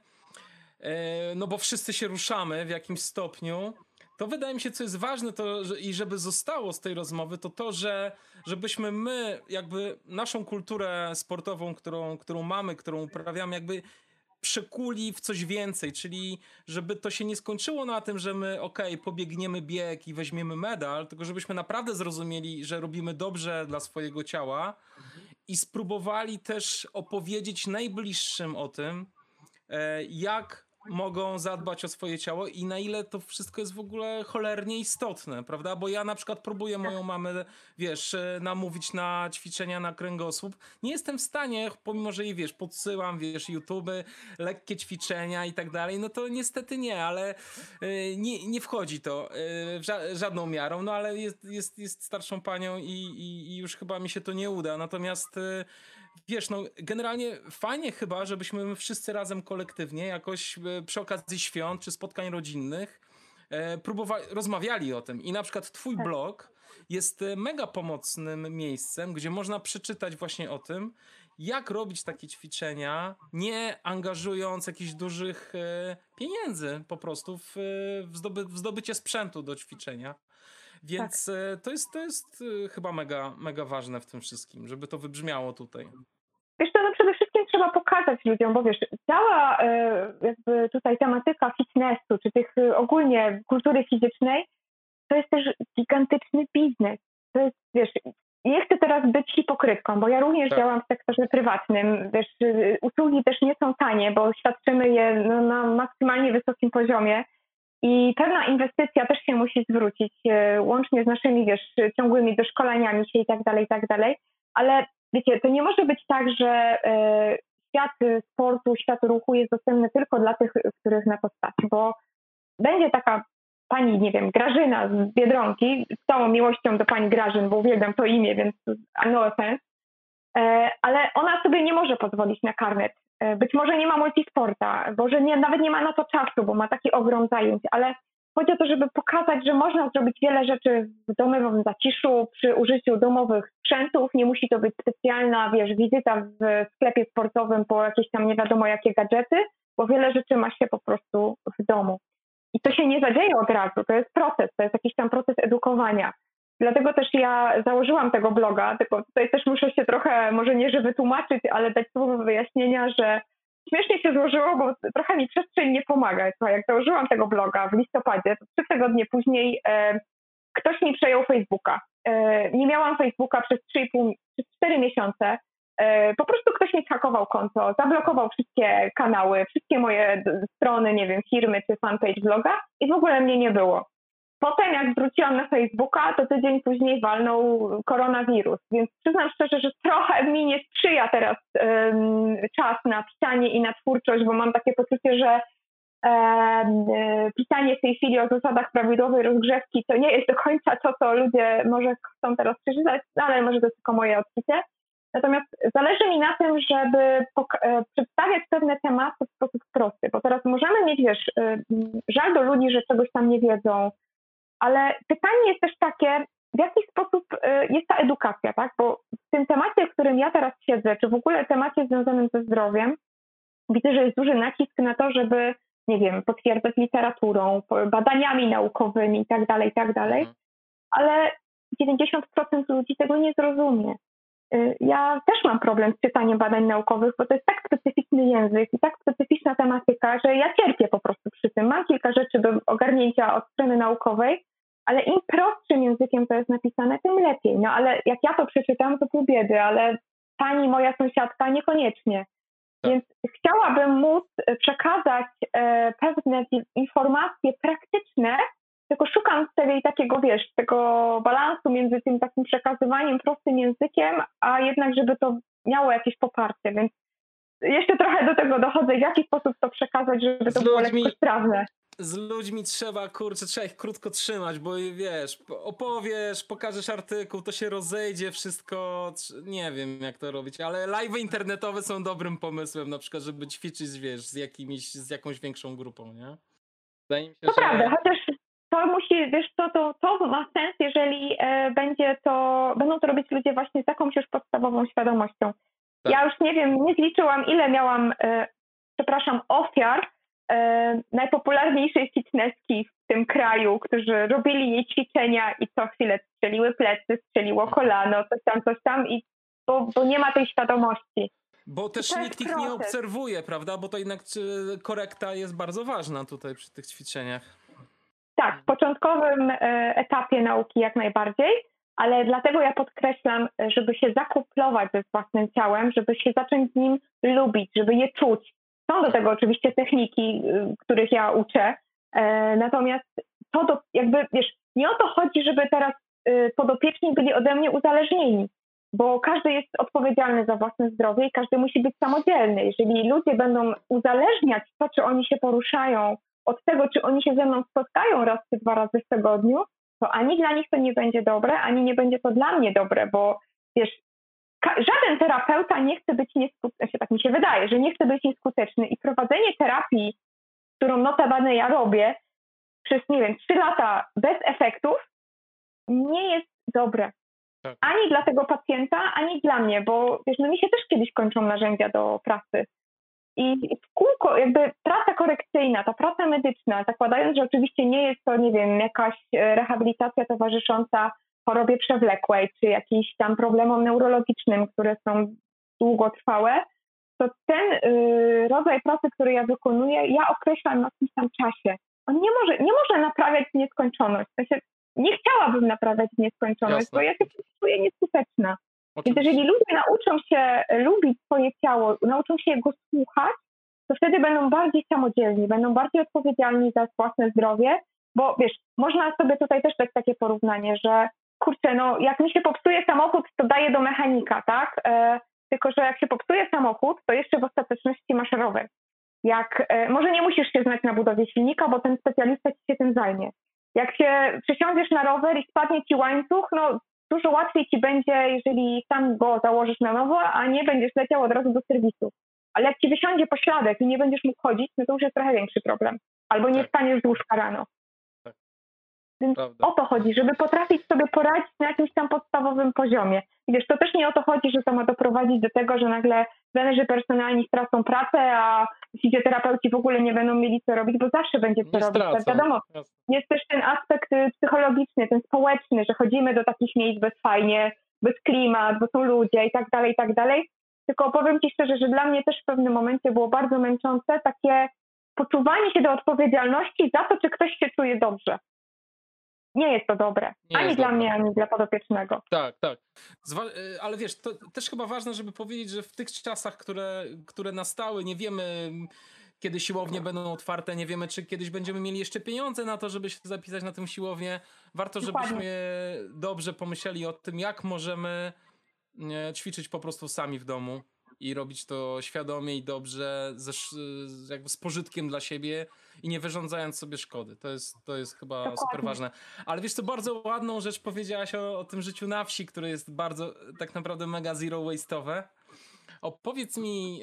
no bo wszyscy się ruszamy w jakimś stopniu. To wydaje mi się, co jest ważne i żeby zostało z tej rozmowy, to, żebyśmy my jakby naszą kulturę sportową, którą mamy, którą uprawiamy, jakby przekuli w coś więcej, czyli żeby to się nie skończyło na tym, że my pobiegniemy bieg i weźmiemy medal, tylko żebyśmy naprawdę zrozumieli, że robimy dobrze dla swojego ciała i spróbowali też opowiedzieć najbliższym o tym, jak mogą zadbać o swoje ciało i na ile to wszystko jest w ogóle cholernie istotne, prawda? Bo ja na przykład próbuję moją mamę, wiesz, namówić na ćwiczenia na kręgosłup. Nie jestem w stanie, pomimo że jej, wiesz, podsyłam, wiesz, YouTube, lekkie ćwiczenia i tak dalej, no to niestety nie, ale nie wchodzi to żadną miarą, no ale jest starszą panią i już chyba mi się to nie uda. Natomiast wiesz, no generalnie fajnie chyba, żebyśmy wszyscy razem kolektywnie jakoś przy okazji świąt czy spotkań rodzinnych rozmawiali o tym. I na przykład twój blog jest mega pomocnym miejscem, gdzie można przeczytać właśnie o tym, jak robić takie ćwiczenia, nie angażując jakichś dużych pieniędzy po prostu w zdobycie sprzętu do ćwiczenia. Więc to jest chyba mega ważne w tym wszystkim, żeby to wybrzmiało tutaj.
Wiesz co, no przede wszystkim trzeba pokazać ludziom, bo wiesz, cała jakby tutaj tematyka fitnessu, czy tych ogólnie kultury fizycznej, to jest też gigantyczny biznes. To jest, wiesz, nie chcę teraz być hipokrytką, bo ja również działam w sektorze prywatnym. Wiesz, usługi też nie są tanie, bo świadczymy je na maksymalnie wysokim poziomie. I pewna inwestycja też się musi zwrócić, łącznie z naszymi, wiesz, ciągłymi doszkoleniami się i tak dalej. Ale wiecie, to nie może być tak, że świat sportu, świat ruchu jest dostępny tylko dla tych, których na to stać, bo będzie taka pani, nie wiem, Grażyna z Biedronki, z całą miłością do pani Grażyn, bo uwielbiam to imię, więc no offense, ale ona sobie nie może pozwolić na karnet. Być może nie ma multisporta, może nawet nie ma na to czasu, bo ma taki ogrom zajęć, ale chodzi o to, żeby pokazać, że można zrobić wiele rzeczy w domowym zaciszu, przy użyciu domowych sprzętów. Nie musi to być specjalna, wiesz, wizyta w sklepie sportowym po jakieś tam nie wiadomo jakie gadżety, bo wiele rzeczy ma się po prostu w domu. I to się nie zadzieje od razu, to jest proces, to jest jakiś tam proces edukowania. Dlatego też ja założyłam tego bloga, tylko tutaj też muszę się trochę, może nie że wytłumaczyć, ale dać słowo wyjaśnienia, że śmiesznie się złożyło, bo trochę mi przestrzeń nie pomaga. Słuchaj, jak założyłam tego bloga w listopadzie, to 3 tygodnie później ktoś mi przejął Facebooka. Nie miałam Facebooka przez 4 miesiące. Po prostu ktoś mi zhakował konto, zablokował wszystkie kanały, wszystkie moje strony, nie wiem, firmy czy fanpage bloga i w ogóle mnie nie było. Potem jak wróciłam na Facebooka, to tydzień później walnął koronawirus, więc przyznam szczerze, że trochę mi nie sprzyja teraz czas na pisanie i na twórczość, bo mam takie poczucie, że pisanie w tej chwili o zasadach prawidłowej rozgrzewki to nie jest do końca to, co ludzie może chcą teraz przeczytać, ale może to jest tylko moje odczucie. Natomiast zależy mi na tym, żeby przedstawiać pewne tematy w sposób prosty, bo teraz możemy mieć, wiesz, żal do ludzi, że czegoś tam nie wiedzą, ale pytanie jest też takie, w jaki sposób jest ta edukacja, tak? Bo w tym temacie, w którym ja teraz siedzę, czy w ogóle temacie związanym ze zdrowiem, widzę, że jest duży nacisk na to, żeby, nie wiem, potwierdzać literaturą, badaniami naukowymi i tak dalej, ale 90% ludzi tego nie zrozumie. Ja też mam problem z czytaniem badań naukowych, bo to jest tak specyficzny język i tak specyficzna tematyka, że ja cierpię po prostu przy tym. Mam kilka rzeczy do ogarnięcia od strony naukowej, ale im prostszym językiem to jest napisane, tym lepiej. No ale jak ja to przeczytam, to pół biedy, ale pani moja sąsiadka niekoniecznie. Więc chciałabym móc przekazać pewne informacje praktyczne, tylko szukam sobie takiego, wiesz, tego balansu między tym takim przekazywaniem prostym językiem, a jednak, żeby to miało jakieś poparcie, więc jeszcze trochę do tego dochodzę, w jaki sposób to przekazać, żeby to było lekko sprawne.
Z ludźmi trzeba ich krótko trzymać, bo wiesz, opowiesz, pokażesz artykuł, to się rozejdzie wszystko, nie wiem jak to robić, ale live'y internetowe są dobrym pomysłem, na przykład, żeby ćwiczyć, wiesz, z jakąś większą grupą, nie? Wydaje mi się,
to prawda, chociaż to musi, wiesz co, to ma sens, jeżeli będą to robić ludzie właśnie z jakąś już podstawową świadomością. Tak. Ja już nie wiem, nie zliczyłam, ile miałam, ofiar najpopularniejszej fitnesski w tym kraju, którzy robili jej ćwiczenia i co chwilę strzeliły plecy, strzeliło kolano, coś tam, i bo nie ma tej świadomości.
Bo też nikt ich nie obserwuje, prawda? Bo to jednak korekta jest bardzo ważna tutaj przy tych ćwiczeniach.
Tak, w początkowym etapie nauki jak najbardziej, ale dlatego ja podkreślam, żeby się zakuplować ze własnym ciałem, żeby się zacząć z nim lubić, żeby je czuć. Są do tego oczywiście techniki, których ja uczę, natomiast nie o to chodzi, żeby teraz podopieczni byli ode mnie uzależnieni, bo każdy jest odpowiedzialny za własne zdrowie i każdy musi być samodzielny. Jeżeli ludzie będą uzależniać to, czy oni się poruszają, od tego, czy oni się ze mną spotkają raz czy 2 razy w tygodniu, to ani dla nich to nie będzie dobre, ani nie będzie to dla mnie dobre, bo wiesz, żaden terapeuta nie chce być nieskuteczny, tak mi się wydaje, że nie chce być nieskuteczny i prowadzenie terapii, którą notabene ja robię przez, 3 lata bez efektów, nie jest dobre. Tak. Ani dla tego pacjenta, ani dla mnie, bo wiesz, mi się też kiedyś kończą narzędzia do pracy. I w kółko praca korekcyjna, ta praca medyczna, zakładając, że oczywiście nie jest to, jakaś rehabilitacja towarzysząca chorobie przewlekłej, czy jakimś tam problemom neurologicznym, które są długotrwałe, to ten rodzaj pracy, który ja wykonuję, ja określam na jakimś tam czasie. On nie może naprawiać w nieskończoność. Nie chciałabym naprawiać w nieskończoność, Jasne. Bo ja się czuję nieskuteczna. Oczywiście. Więc jeżeli ludzie nauczą się lubić swoje ciało, nauczą się jego słuchać, to wtedy będą bardziej samodzielni, będą bardziej odpowiedzialni za własne zdrowie, bo wiesz, można sobie tutaj też dać takie porównanie, że kurczę, jak mi się popsuje samochód, to daję do mechanika, tak? Tylko że jak się popsuje samochód, to jeszcze w ostateczności masz rower. Może nie musisz się znać na budowie silnika, bo ten specjalista ci się tym zajmie. Jak się przesiądziesz na rower i spadnie ci łańcuch, dużo łatwiej ci będzie, jeżeli sam go założysz na nowo, a nie będziesz leciał od razu do serwisu. Ale jak ci wysiądzie pośladek i nie będziesz mógł chodzić, to już jest trochę większy problem. Albo nie wstaniesz z łóżka rano. Tak. Więc o to chodzi, żeby potrafić sobie poradzić na jakimś tam podstawowym poziomie. I wiesz, to też nie o to chodzi, że to ma doprowadzić do tego, że nagle trenerzy personalni stracą pracę, a fizjoterapeuci w ogóle nie będą mieli co robić, bo zawsze będzie co
Nie
robić. Tak
stracą.
wiadomo, jest też ten aspekt psychologiczny, ten społeczny, że chodzimy do takich miejsc, bo jest fajnie, bo jest klimat, bo są ludzie i tak dalej, i tak dalej. Tylko powiem Ci szczerze, że dla mnie też w pewnym momencie było bardzo męczące takie poczuwanie się do odpowiedzialności za to, czy ktoś się czuje dobrze. Nie jest to dobre.
Nie
Ani
jest
dla
dobre.
mnie, ani dla podopiecznego.
Tak, tak. Ale wiesz, to też chyba ważne, żeby powiedzieć, że w tych czasach, które nastały, nie wiemy, kiedy siłownie będą otwarte, nie wiemy, czy kiedyś będziemy mieli jeszcze pieniądze na to, żeby się zapisać na tę siłownię. Warto,
Dokładnie.
żebyśmy dobrze pomyśleli o tym, jak możemy ćwiczyć po prostu sami w domu i robić to świadomie i dobrze, jakby z pożytkiem dla siebie i nie wyrządzając sobie szkody. To jest chyba
Dokładnie.
super ważne. Ale wiesz co, bardzo ładną rzecz powiedziałaś o tym życiu na wsi, które jest bardzo, tak naprawdę mega zero waste'owe. Opowiedz mi,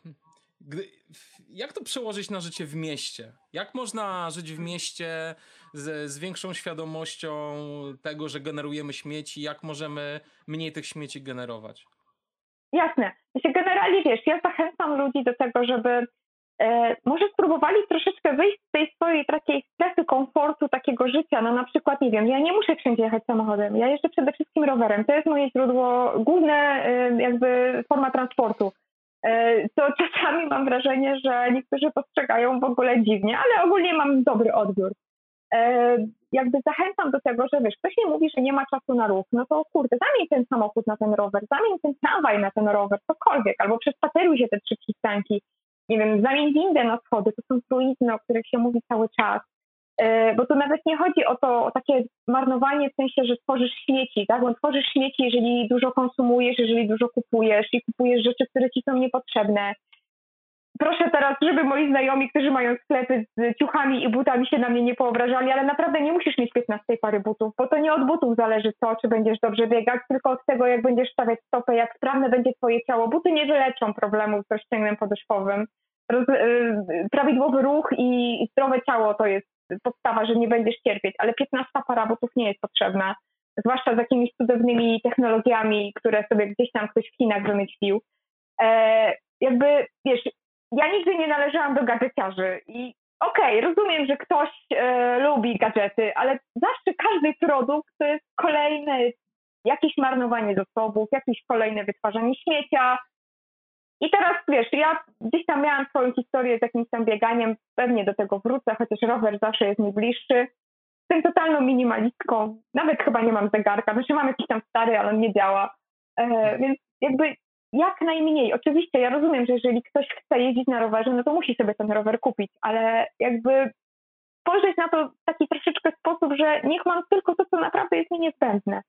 jak to przełożyć na życie w mieście? Jak można żyć w mieście z większą świadomością tego, że generujemy śmieci? Jak możemy mniej tych śmieci generować?
Jasne. Generalnie wiesz, ja zachęcam ludzi do tego, żeby może spróbowali troszeczkę wyjść z tej swojej takiej strefy komfortu, takiego życia. No na przykład, nie wiem, ja nie muszę wszędzie jechać samochodem. Ja jeżdżę przede wszystkim rowerem. To jest moje źródło, główne jakby forma transportu. To czasami mam wrażenie, że niektórzy postrzegają w ogóle dziwnie, ale ogólnie mam dobry odbiór. Jakby zachęcam do tego, że wiesz, ktoś mi mówi, że nie ma czasu na ruch, no to kurde, zamień ten samochód na ten rower, zamień ten tramwaj na ten rower, cokolwiek, albo przespaceruj się te 3 przystanki, nie wiem, zamień windę na schody, to są truizny, o których się mówi cały czas, bo tu nawet nie chodzi o takie marnowanie w sensie, że tworzysz śmieci, tak, bo tworzysz śmieci, jeżeli dużo konsumujesz, jeżeli dużo kupujesz i kupujesz rzeczy, które ci są niepotrzebne. Proszę teraz, żeby moi znajomi, którzy mają sklepy z ciuchami i butami się na mnie nie poobrażali, ale naprawdę nie musisz mieć 15 pary butów, bo to nie od butów zależy to, czy będziesz dobrze biegać, tylko od tego, jak będziesz stawiać stopę, jak sprawne będzie twoje ciało. Buty nie wyleczą problemu z rozciągiem podeszwowym. Prawidłowy ruch i zdrowe ciało to jest podstawa, że nie będziesz cierpieć, ale 15 para butów nie jest potrzebna, zwłaszcza z jakimiś cudownymi technologiami, które sobie gdzieś tam ktoś w Chinach wymyślił. Jakby, wiesz, ja nigdy nie należałam do gadżeciarzy i okej, rozumiem, że ktoś lubi gadżety, ale zawsze każdy produkt to jest kolejne jakieś marnowanie zasobów, jakieś kolejne wytwarzanie śmiecia. I teraz wiesz, ja gdzieś tam miałam swoją historię z jakimś tam bieganiem, pewnie do tego wrócę, chociaż rower zawsze jest mi bliższy. Jestem totalną minimalistką, nawet chyba nie mam zegarka, znaczy mam jakiś tam stary, ale on nie działa, więc jakby jak najmniej. Oczywiście ja rozumiem, że jeżeli ktoś chce jeździć na rowerze, no to musi sobie ten rower kupić, ale jakby spojrzeć na to w taki troszeczkę sposób, że niech mam tylko to, co naprawdę jest mi niezbędne.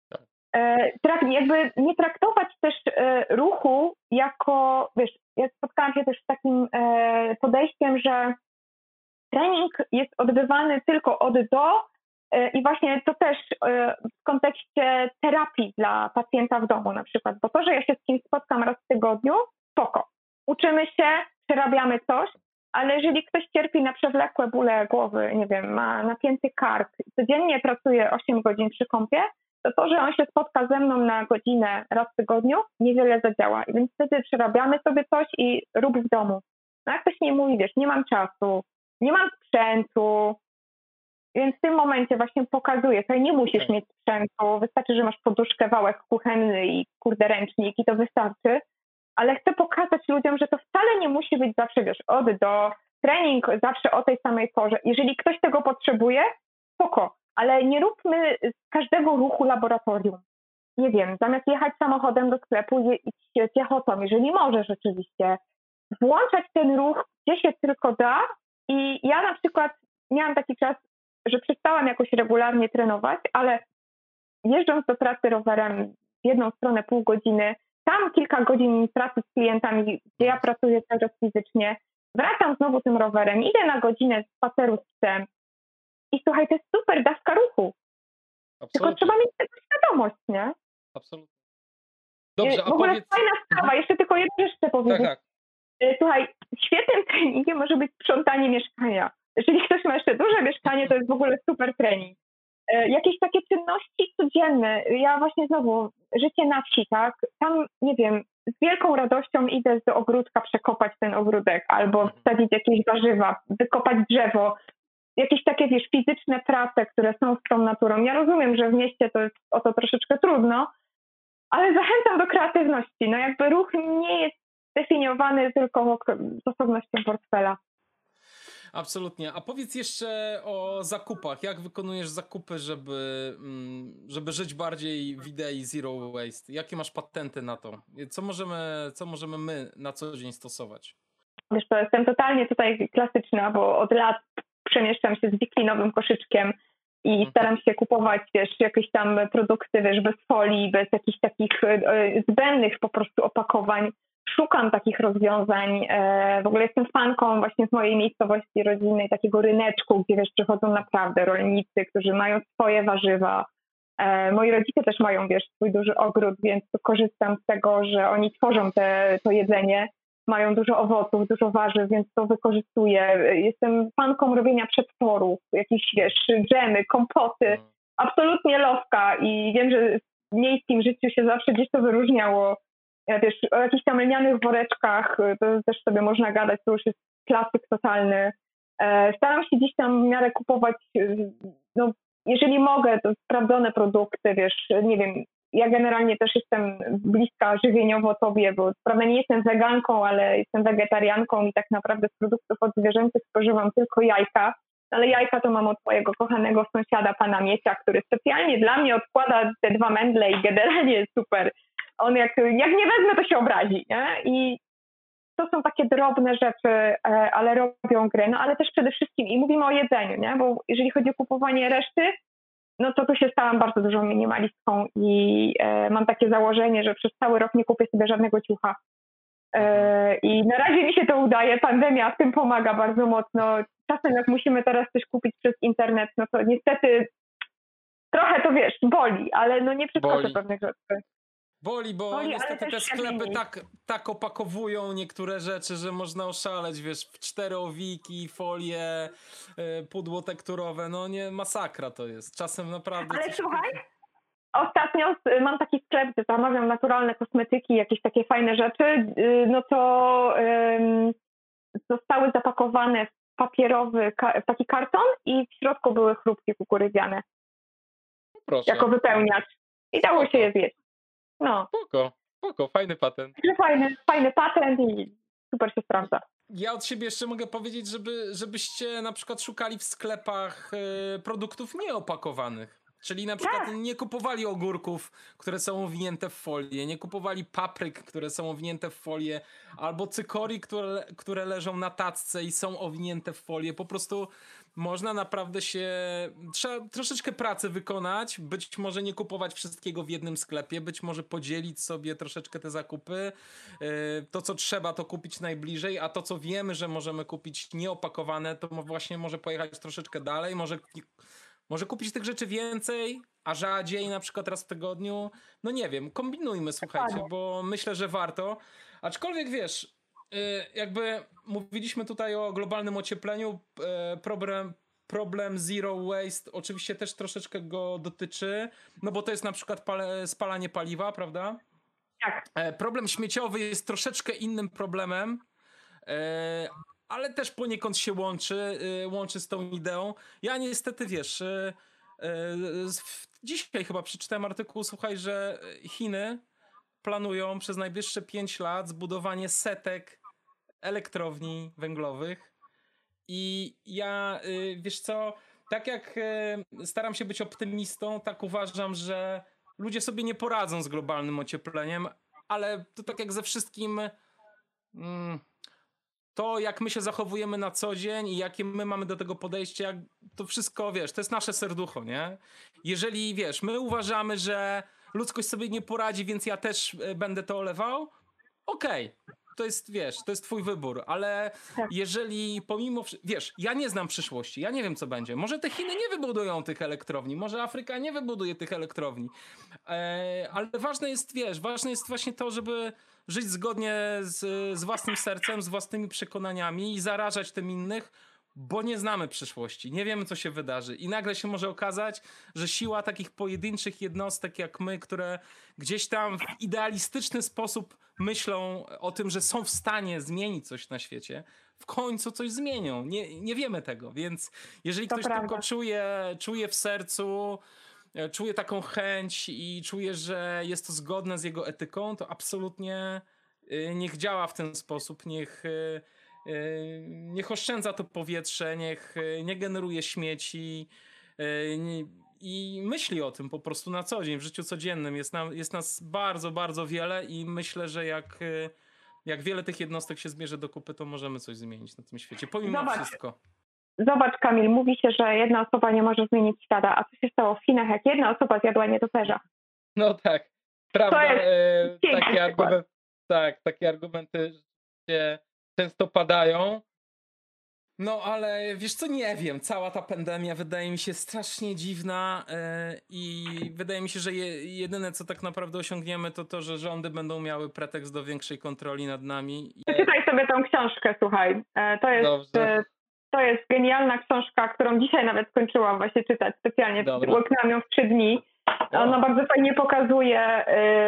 Jakby nie traktować też ruchu jako, wiesz, ja spotkałam się też z takim podejściem, że trening jest odbywany tylko od do i właśnie to też w kontekście terapii dla pacjenta w domu na przykład, bo to, że ja się z kimś spotkam raz w tygodniu, spoko. Uczymy się, przerabiamy coś, ale jeżeli ktoś cierpi na przewlekłe bóle głowy, nie wiem, ma napięty kark, codziennie pracuje 8 godzin przy kąpie, to, że on się spotka ze mną na godzinę raz w tygodniu, niewiele zadziała. I więc wtedy przerabiamy sobie coś i rób w domu. No jak ktoś mi mówi, wiesz, nie mam czasu, nie mam sprzętu, więc w tym momencie właśnie pokazuję, że nie musisz mieć sprzętu, wystarczy, że masz poduszkę, wałek kuchenny i kurde ręcznik i to wystarczy, ale chcę pokazać ludziom, że to wcale nie musi być zawsze, wiesz, od do, trening zawsze o tej samej porze. Jeżeli ktoś tego potrzebuje, spoko, ale nie róbmy z każdego ruchu laboratorium. Nie wiem, zamiast jechać samochodem do sklepu, idź piechotą, jeżeli możesz oczywiście. Włączać ten ruch, gdzie się tylko da i ja na przykład miałam taki czas, że przestałam jakoś regularnie trenować, ale jeżdżąc do pracy rowerem w jedną stronę pół godziny, tam kilka godzin pracy z klientami, gdzie ja pracuję cały czas fizycznie, wracam znowu tym rowerem, idę na godzinę spaceru z psem i słuchaj, to jest super dawka ruchu. Absolutnie. Tylko trzeba mieć tego świadomość, nie?
Absolutnie. Dobrze,
w ogóle fajna sprawa, jeszcze tylko jedną rzecz chcę powiedzieć.
Tak.
Słuchaj, świetnym treningiem może być sprzątanie mieszkania. Jeżeli ktoś ma jeszcze duże mieszkanie, to jest w ogóle super trening. jakieś takie czynności codzienne. Ja właśnie znowu, życie na wsi, tak? Tam, nie wiem, z wielką radością idę do ogródka przekopać ten ogródek albo wsadzić jakieś warzywa, wykopać drzewo. Jakieś takie, wiesz, fizyczne prace, które są z tą naturą. Ja rozumiem, że w mieście to jest o to troszeczkę trudno, ale zachęcam do kreatywności. No jakby ruch nie jest zdefiniowany tylko zasobnością portfela.
Absolutnie. A powiedz jeszcze o zakupach. Jak wykonujesz zakupy, żeby żyć bardziej w idei Zero Waste? Jakie masz patenty na to? Co możemy my na co dzień stosować?
Wiesz, to jestem totalnie tutaj klasyczna, bo od lat przemieszczam się z wiklinowym koszyczkiem i staram się kupować, wiesz, jakieś tam produkty, wiesz, bez folii, bez jakichś takich zbędnych po prostu opakowań. Szukam takich rozwiązań. W ogóle jestem fanką właśnie z mojej miejscowości rodzinnej takiego ryneczku, gdzie, wiesz, przychodzą naprawdę rolnicy, którzy mają swoje warzywa. Moi rodzice też mają, wiesz, swój duży ogród, więc korzystam z tego, że oni tworzą to jedzenie. Mają dużo owoców, dużo warzyw, więc to wykorzystuję. Jestem fanką robienia przetworów, jakieś, wiesz, dżemy, kompoty. Absolutnie lowka i wiem, że w miejskim życiu się zawsze gdzieś to wyróżniało. Wiesz, o jakichś tam lnianych woreczkach to też sobie można gadać, to już jest klasyk totalny. Staram się gdzieś tam w miarę kupować, no, jeżeli mogę, to sprawdzone produkty, wiesz, nie wiem, ja generalnie też jestem bliska żywieniowo tobie, bo prawda nie jestem weganką, ale jestem wegetarianką i tak naprawdę z produktów odzwierzęcych spożywam tylko jajka, ale jajka to mam od mojego kochanego sąsiada, pana Miecia, który specjalnie dla mnie odkłada te 2 mędle i generalnie jest super. On jak nie wezmę, to się obrazi, nie? I to są takie drobne rzeczy, ale robią grę, no ale też przede wszystkim, i mówimy o jedzeniu, nie? Bo jeżeli chodzi o kupowanie reszty, no to tu się stałam bardzo dużą minimalistką i mam takie założenie, że przez cały rok nie kupię sobie żadnego ciucha. I na razie mi się to udaje, pandemia w tym pomaga bardzo mocno. Czasem jak musimy teraz coś kupić przez internet, no to niestety trochę to, wiesz, boli, ale no nie przeskoczę pewnych rzeczy.
Boli, bo niestety te sklepy tak opakowują niektóre rzeczy, że można oszaleć, wiesz, w 4 owiki, folie, pudło tekturowe, no nie, masakra to jest. Czasem naprawdę...
Ale słuchaj, ostatnio mam taki sklep, gdzie zamawiam naturalne kosmetyki, jakieś takie fajne rzeczy, no to zostały zapakowane w papierowy, w taki karton i w środku były chrupki kukurydziane.
Proszę.
Jako wypełniacz. I dało się je zjeść. No.
Spoko, fajny patent.
Fajny patent i super się sprawdza.
Ja od siebie jeszcze mogę powiedzieć, żebyście na przykład szukali w sklepach produktów nieopakowanych. Czyli na przykład nie kupowali ogórków, które są owinięte w folię, nie kupowali papryk, które są owinięte w folię, albo cykorii, które leżą na tacce i są owinięte w folię. Po prostu można naprawdę trzeba troszeczkę pracy wykonać, być może nie kupować wszystkiego w jednym sklepie, być może podzielić sobie troszeczkę te zakupy. To, co trzeba, to kupić najbliżej, a to, co wiemy, że możemy kupić nieopakowane, to właśnie może pojechać troszeczkę dalej, może kupić tych rzeczy więcej, a rzadziej, na przykład raz w tygodniu. No nie wiem, kombinujmy, słuchajcie, bo myślę, że warto. Aczkolwiek wiesz, jakby mówiliśmy tutaj o globalnym ociepleniu, problem Zero Waste oczywiście też troszeczkę go dotyczy, no bo to jest na przykład spalanie paliwa, prawda?
Tak.
Problem śmieciowy jest troszeczkę innym problemem, ale też poniekąd się łączy z tą ideą. Ja niestety, wiesz, dzisiaj chyba przeczytałem artykuł, słuchaj, że Chiny planują przez najbliższe 5 lat zbudowanie setek elektrowni węglowych i ja, wiesz co, tak jak staram się być optymistą, tak uważam, że ludzie sobie nie poradzą z globalnym ociepleniem, ale to tak jak ze wszystkim... To, jak my się zachowujemy na co dzień i jakie my mamy do tego podejście, to wszystko, wiesz, to jest nasze serducho, nie? Jeżeli, wiesz, my uważamy, że ludzkość sobie nie poradzi, więc ja też będę to olewał, okej. To jest, wiesz, to jest twój wybór, ale jeżeli pomimo, wiesz, ja nie znam przyszłości, ja nie wiem, co będzie. Może te Chiny nie wybudują tych elektrowni, może Afryka nie wybuduje tych elektrowni, ale ważne jest, wiesz, ważne jest właśnie to, żeby żyć zgodnie z własnym sercem, z własnymi przekonaniami i zarażać tym innych, bo nie znamy przyszłości, nie wiemy, co się wydarzy i nagle się może okazać, że siła takich pojedynczych jednostek jak my, które gdzieś tam w idealistyczny sposób myślą o tym, że są w stanie zmienić coś na świecie, w końcu coś zmienią. Nie wiemy tego, więc jeżeli
To
ktoś
prawda.
tylko czuje w sercu, czuje taką chęć i czuje, że jest to zgodne z jego etyką, to absolutnie niech działa w ten sposób, niech oszczędza to powietrze, niech nie generuje śmieci i myśli o tym po prostu na co dzień, w życiu codziennym. Jest nas bardzo, bardzo wiele i myślę, że jak wiele tych jednostek się zbierze do kupy, to możemy coś zmienić na tym świecie, pomimo wszystko.
Zobacz, Kamil, mówi się, że jedna osoba nie może zmienić świata, a co się stało w Chinach, jak jedna osoba zjadła nietoperza?
No tak, prawda,
takie
argumenty się często padają. No ale wiesz co, nie wiem, cała ta pandemia wydaje mi się strasznie dziwna i wydaje mi się, że jedyne co tak naprawdę osiągniemy to, że rządy będą miały pretekst do większej kontroli nad nami.
Przeczytaj sobie tą książkę, słuchaj. To jest genialna książka, którą dzisiaj nawet skończyłam właśnie czytać specjalnie. Łyknęłam ją w 3 dni. Ona bardzo fajnie pokazuje,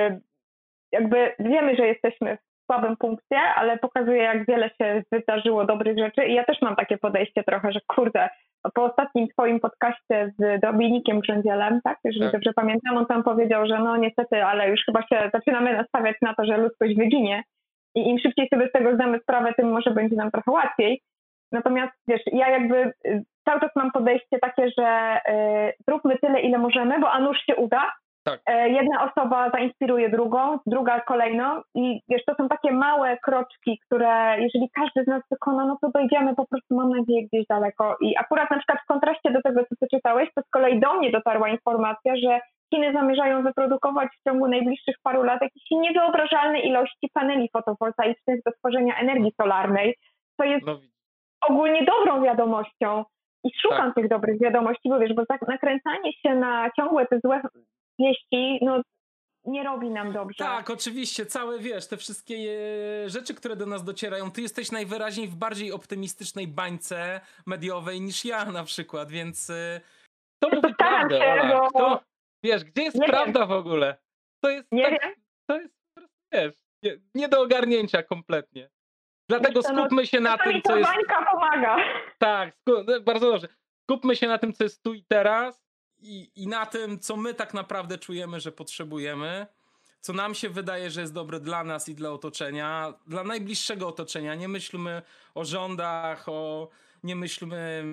jakby wiemy, że jesteśmy w słabym punkcie, ale pokazuje, jak wiele się wydarzyło dobrych rzeczy i ja też mam takie podejście trochę, że kurde, po ostatnim twoim podcaście z Dominikiem Grządzielem, tak, jeżeli dobrze pamiętam, on tam powiedział, że no niestety, ale już chyba się zaczynamy nastawiać na to, że ludzkość wyginie i im szybciej sobie z tego zdamy sprawę, tym może będzie nam trochę łatwiej. Natomiast wiesz, ja jakby cały czas mam podejście takie, że zróbmy tyle, ile możemy, bo a nuż się uda.
Tak.
Jedna osoba zainspiruje drugą, druga kolejną i wiesz, to są takie małe kroczki, które jeżeli każdy z nas wykona, no to dojdziemy po prostu, mam nadzieję, gdzieś daleko. I akurat na przykład w kontraście do tego, co ty czytałeś, to z kolei do mnie dotarła informacja, że Chiny zamierzają wyprodukować w ciągu najbliższych paru lat jakieś niewyobrażalne ilości paneli fotowoltaicznych do tworzenia energii solarnej, co jest ogólnie dobrą wiadomością. I szukam tych dobrych wiadomości, bo wiesz, bo tak nakręcanie się na ciągłe te złe wieści, no nie robi nam dobrze.
Tak, oczywiście, całe wiesz, te wszystkie rzeczy, które do nas docierają, ty jesteś najwyraźniej w bardziej optymistycznej bańce mediowej niż ja na przykład, więc to mówi prawdę, Ola. Wiesz, gdzie jest prawda w ogóle? To jest po prostu, wiesz, nie do ogarnięcia kompletnie. Dlatego skupmy się na tym, co jest...
bańka pomaga.
Tak, bardzo dobrze. Skupmy się na tym, co jest tu i teraz i na tym, co my tak naprawdę czujemy, że potrzebujemy, co nam się wydaje, że jest dobre dla nas i dla otoczenia, dla najbliższego otoczenia. Nie myślmy o rządach, nie myślmy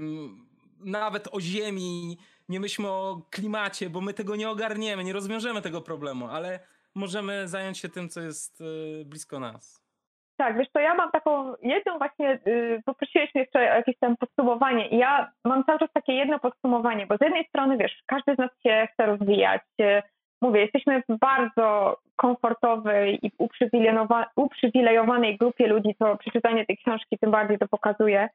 nawet o ziemi, nie myślmy o klimacie, bo my tego nie ogarniemy, nie rozwiążemy tego problemu, ale możemy zająć się tym, co jest blisko nas.
Tak, wiesz to ja mam taką jedną właśnie, poprosiłeś mnie jeszcze o jakieś tam podsumowanie i ja mam cały czas takie jedno podsumowanie, bo z jednej strony wiesz, każdy z nas się chce rozwijać, mówię, jesteśmy w bardzo komfortowej i uprzywilejowanej grupie ludzi, co przeczytanie tej książki tym bardziej to pokazuje,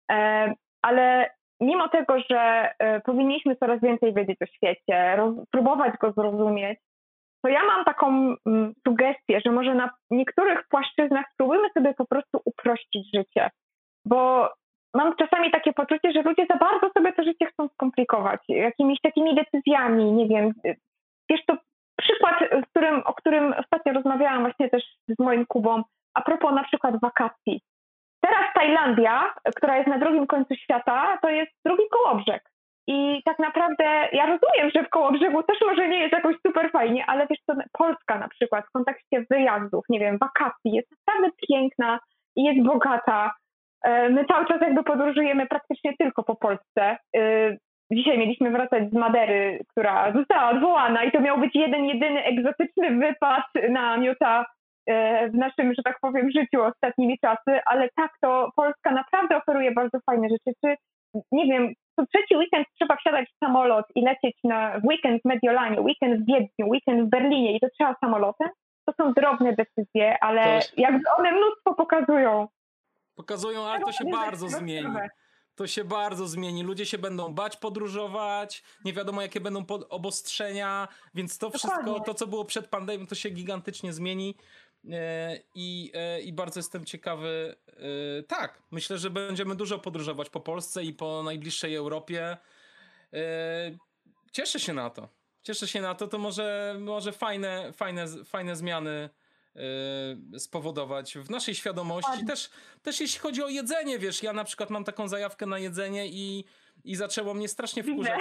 ale mimo tego, że powinniśmy coraz więcej wiedzieć o świecie, próbować go zrozumieć, to ja mam taką sugestię, że może na niektórych płaszczyznach spróbujmy sobie po prostu uprościć życie, bo mam czasami takie poczucie, że ludzie za bardzo sobie to życie chcą skomplikować jakimiś takimi decyzjami, nie wiem, wiesz, to przykład, o którym ostatnio rozmawiałam właśnie też z moim Kubą, a propos na przykład wakacji. Teraz Tajlandia, która jest na drugim końcu świata, to jest drugi Kołobrzeg. I tak naprawdę ja rozumiem, że w Kołobrzegu też może nie jest jakoś super fajnie, ale wiesz co, Polska na przykład w kontekście wyjazdów, nie wiem, wakacji jest naprawdę piękna i jest bogata. My cały czas jakby podróżujemy praktycznie tylko po Polsce. Dzisiaj mieliśmy wracać z Madery, która została odwołana i to miał być jeden, jedyny egzotyczny wypad na miota w naszym, że tak powiem, życiu ostatnimi czasy, ale tak, to Polska naprawdę oferuje bardzo fajne rzeczy. Czy, nie wiem, co trzeci weekend trzeba wsiadać w samolot i lecieć w weekend w Mediolanie, weekend w Wiedniu, weekend w Berlinie i to trzeba samolotem? To są drobne decyzje, ale jakby one mnóstwo pokazują.
Pokazują, ale to się bardzo zmieni. To się bardzo zmieni. Ludzie się będą bać podróżować, nie wiadomo jakie będą obostrzenia, więc to wszystko, to co było przed pandemią, to się gigantycznie zmieni. I bardzo jestem ciekawy. Tak, myślę, że będziemy dużo podróżować po Polsce i po najbliższej Europie. Cieszę się na to. Cieszę się na to. To może fajne zmiany spowodować w naszej świadomości. Też jeśli chodzi o jedzenie, wiesz, ja na przykład mam taką zajawkę na jedzenie i zaczęło mnie strasznie wkurzać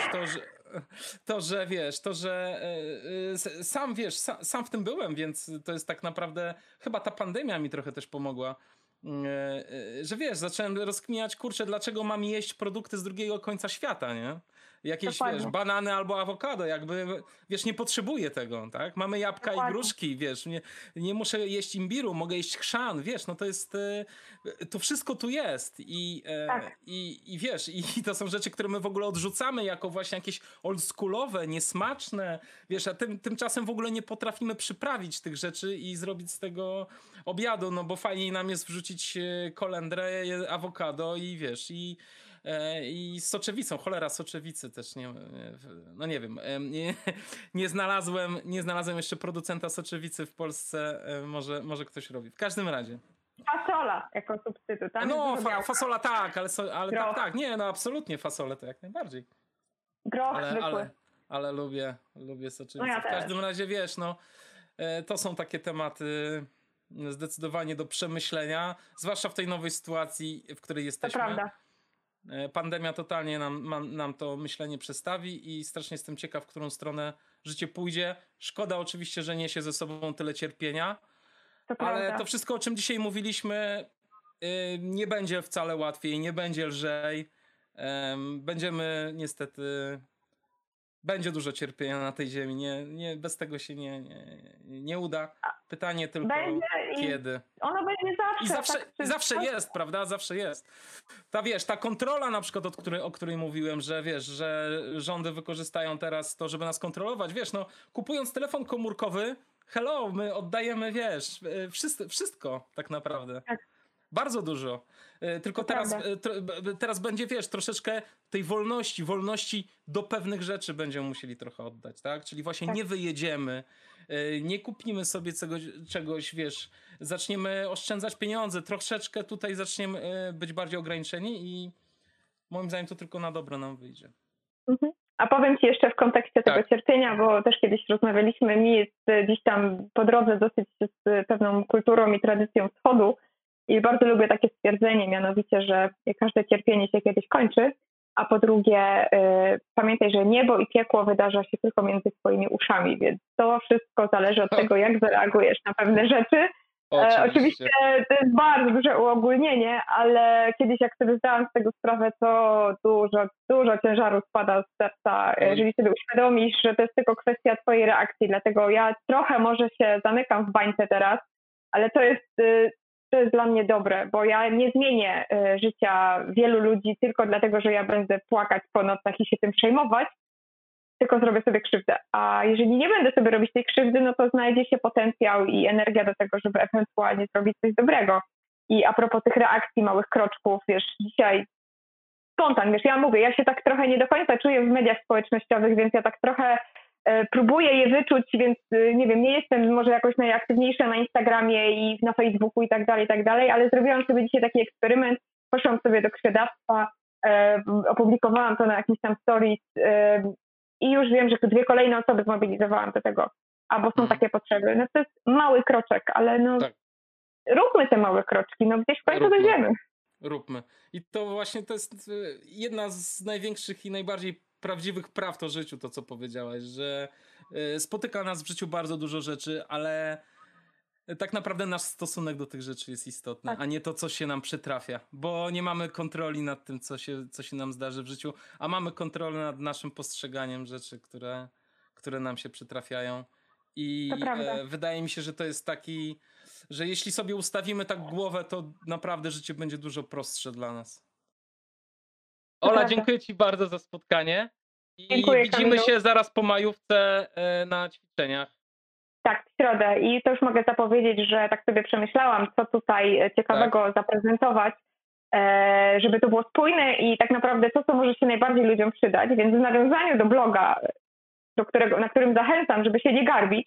sam w tym byłem, więc to jest tak naprawdę, chyba ta pandemia mi trochę też pomogła, że wiesz, zacząłem rozkminiać, kurczę, dlaczego mam jeść produkty z drugiego końca świata, nie? Jakieś, wiesz, banany albo awokado, jakby, wiesz, nie potrzebuję tego, tak? Mamy jabłka i gruszki, wiesz, nie muszę jeść imbiru, mogę jeść chrzan, wiesz, no to jest, to wszystko tu jest i wiesz, i to są rzeczy, które my w ogóle odrzucamy jako właśnie jakieś oldschoolowe, niesmaczne, wiesz, a tymczasem w ogóle nie potrafimy przyprawić tych rzeczy i zrobić z tego obiadu, no bo fajniej nam jest wrzucić kolendrę, awokado i wiesz, i z soczewicą, cholera, soczewicy też no nie wiem, nie znalazłem jeszcze producenta soczewicy w Polsce, może ktoś robi. W każdym razie.
Fasola jako substytut.
No, fasola tak, ale tak, nie, no absolutnie fasolę to jak najbardziej.
Groch zwykły.
Ale lubię soczewicę.
No ja
w każdym razie, wiesz, no, to są takie tematy zdecydowanie do przemyślenia, zwłaszcza w tej nowej sytuacji, w której jesteśmy.
To prawda.
Pandemia totalnie nam to myślenie przestawi i strasznie jestem ciekaw, w którą stronę życie pójdzie. Szkoda oczywiście, że niesie ze sobą tyle cierpienia, ale to wszystko, o czym dzisiaj mówiliśmy, nie będzie wcale łatwiej, nie będzie lżej. Będziemy niestety... Będzie dużo cierpienia na tej ziemi. Bez tego się nie uda. Pytanie tylko kiedy.
Ono będzie zawsze.
Zawsze jest, prawda? Zawsze jest. Ta kontrola na przykład, o której mówiłem, że wiesz, że rządy wykorzystają teraz to, żeby nas kontrolować. Wiesz, no kupując telefon komórkowy, hello, my oddajemy, wiesz, wszystko tak naprawdę. Tak. Bardzo dużo. Tylko teraz będzie, wiesz, troszeczkę tej wolności do pewnych rzeczy będziemy musieli trochę oddać, tak? Czyli właśnie nie wyjedziemy, nie kupimy sobie czegoś, wiesz, zaczniemy oszczędzać pieniądze, troszeczkę tutaj zaczniemy być bardziej ograniczeni i moim zdaniem to tylko na dobre nam wyjdzie.
Mhm. A powiem ci jeszcze w kontekście tego cierpienia, bo też kiedyś rozmawialiśmy, mi jest gdzieś tam po drodze dosyć z pewną kulturą i tradycją wschodu, i bardzo lubię takie stwierdzenie, mianowicie, że każde cierpienie się kiedyś kończy, a po drugie pamiętaj, że niebo i piekło wydarza się tylko między twoimi uszami, więc to wszystko zależy od tego, jak zareagujesz na pewne rzeczy. Oczywiście to jest bardzo duże uogólnienie, ale kiedyś jak sobie zdałam z tego sprawę, to dużo ciężaru spada z serca, jeżeli sobie uświadomisz, że to jest tylko kwestia twojej reakcji, dlatego ja trochę może się zamykam w bańce teraz, ale to jest dla mnie dobre, bo ja nie zmienię życia wielu ludzi tylko dlatego, że ja będę płakać po nocach i się tym przejmować, tylko zrobię sobie krzywdę. A jeżeli nie będę sobie robić tej krzywdy, no to znajdzie się potencjał i energia do tego, żeby ewentualnie zrobić coś dobrego. I a propos tych reakcji, małych kroczków, wiesz, dzisiaj spontan, wiesz, ja mówię, ja się tak trochę nie do końca czuję w mediach społecznościowych, więc ja tak trochę próbuję je wyczuć, więc nie wiem, nie jestem może jakoś najaktywniejsza na Instagramie i na Facebooku i tak dalej, ale zrobiłam sobie dzisiaj taki eksperyment, poszłam sobie do krwiodawstwa, opublikowałam to na jakimś tam stories i już wiem, że 2 kolejne osoby zmobilizowałam do tego, albo są takie potrzeby. No to jest mały kroczek, ale no róbmy te małe kroczki, no gdzieś w końcu dojdziemy.
Róbmy. I to właśnie to jest jedna z największych i najbardziej prawdziwych prawd o życiu, to co powiedziałaś, że spotyka nas w życiu bardzo dużo rzeczy, ale tak naprawdę nasz stosunek do tych rzeczy jest istotny, a nie to, co się nam przytrafia, bo nie mamy kontroli nad tym, co się nam zdarzy w życiu, a mamy kontrolę nad naszym postrzeganiem rzeczy, które nam się przytrafiają. I wydaje mi się, że to jest taki, że jeśli sobie ustawimy tak głowę, to naprawdę życie będzie dużo prostsze dla nas. Ola, dziękuję ci bardzo za spotkanie i
dziękuję,
widzimy
Kamilu.
się zaraz po majówce na ćwiczeniach.
Tak, w środę i to już mogę zapowiedzieć, że tak sobie przemyślałam, co tutaj ciekawego zaprezentować, żeby to było spójne i tak naprawdę to, co może się najbardziej ludziom przydać, więc w nawiązaniu do bloga, na którym zachęcam, żeby się nie garbić,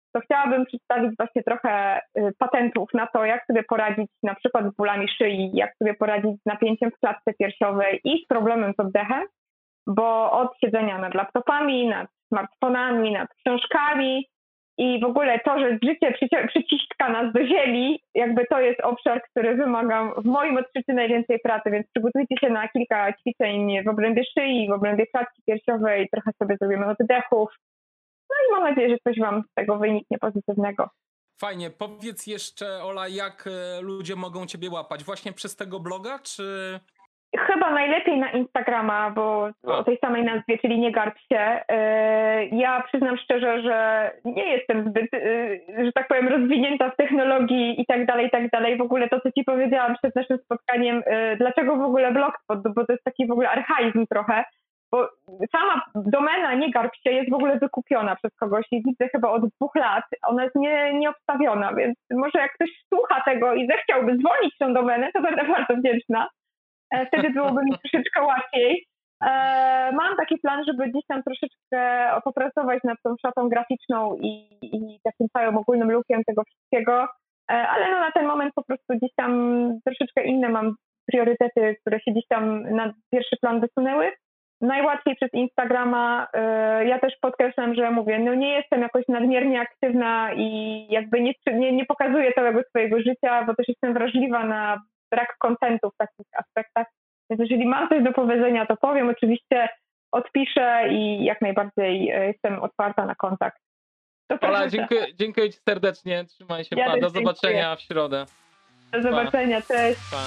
to chciałabym przedstawić właśnie trochę patentów na to, jak sobie poradzić na przykład z bólami szyi, jak sobie poradzić z napięciem w klatce piersiowej i z problemem z oddechem, bo od siedzenia nad laptopami, nad smartfonami, nad książkami i w ogóle to, że życie przyciska nas do ziemi, jakby to jest obszar, który wymaga w moim odczuciu najwięcej pracy, więc przygotujcie się na kilka ćwiczeń w obrębie szyi, w obrębie klatki piersiowej, trochę sobie zrobimy oddechów. No i mam nadzieję, że coś wam z tego wyniknie pozytywnego.
Fajnie. Powiedz jeszcze, Ola, jak ludzie mogą ciebie łapać? Właśnie przez tego bloga, czy...
Chyba najlepiej na Instagrama, bo o tej samej nazwie, czyli Nie garb się. Ja przyznam szczerze, że nie jestem zbyt, że tak powiem, rozwinięta w technologii i tak dalej. W ogóle to, co ci powiedziałam przed naszym spotkaniem, dlaczego w ogóle Blogspot, bo to jest taki w ogóle archaizm trochę, bo sama domena Nie garb się jest w ogóle wykupiona przez kogoś i widzę chyba od 2 lat. Ona jest nieobstawiona, więc może jak ktoś słucha tego i zechciałby dzwonić tą domenę, to będę bardzo wdzięczna. Wtedy byłoby mi troszeczkę łatwiej. Mam taki plan, żeby gdzieś tam troszeczkę popracować nad tą szatą graficzną i takim całym ogólnym lookiem tego wszystkiego, ale no na ten moment po prostu gdzieś tam troszeczkę inne mam priorytety, które się gdzieś tam na pierwszy plan wysunęły. Najłatwiej przez Instagrama. Ja też podkreślam, że mówię, no nie jestem jakoś nadmiernie aktywna i jakby nie pokazuję całego swojego życia, bo też jestem wrażliwa na brak kontentu w takich aspektach. Więc jeżeli mam coś do powiedzenia, to powiem. Oczywiście odpiszę i jak najbardziej jestem otwarta na kontakt.
Ola, dziękuję ci serdecznie. Trzymaj się,
Ja
pa. Do zobaczenia w środę.
Do zobaczenia, cześć.
Pa.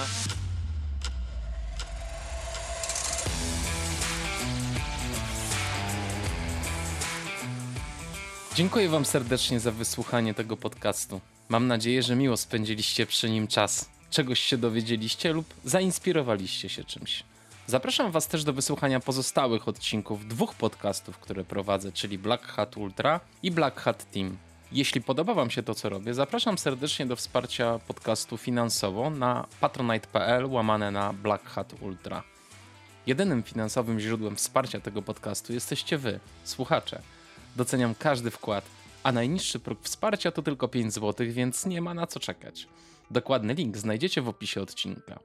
Dziękuję wam serdecznie za wysłuchanie tego podcastu. Mam nadzieję, że miło spędziliście przy nim czas. Czegoś się dowiedzieliście lub zainspirowaliście się czymś. Zapraszam was też do wysłuchania pozostałych odcinków 2 podcastów, które prowadzę, czyli Black Hat Ultra i Black Hat Team. Jeśli podoba wam się to, co robię, zapraszam serdecznie do wsparcia podcastu finansowo na patronite.pl/Black Hat Ultra. Jedynym finansowym źródłem wsparcia tego podcastu jesteście wy, słuchacze. Doceniam każdy wkład, a najniższy próg wsparcia to tylko 5 zł, więc nie ma na co czekać. Dokładny link znajdziecie w opisie odcinka.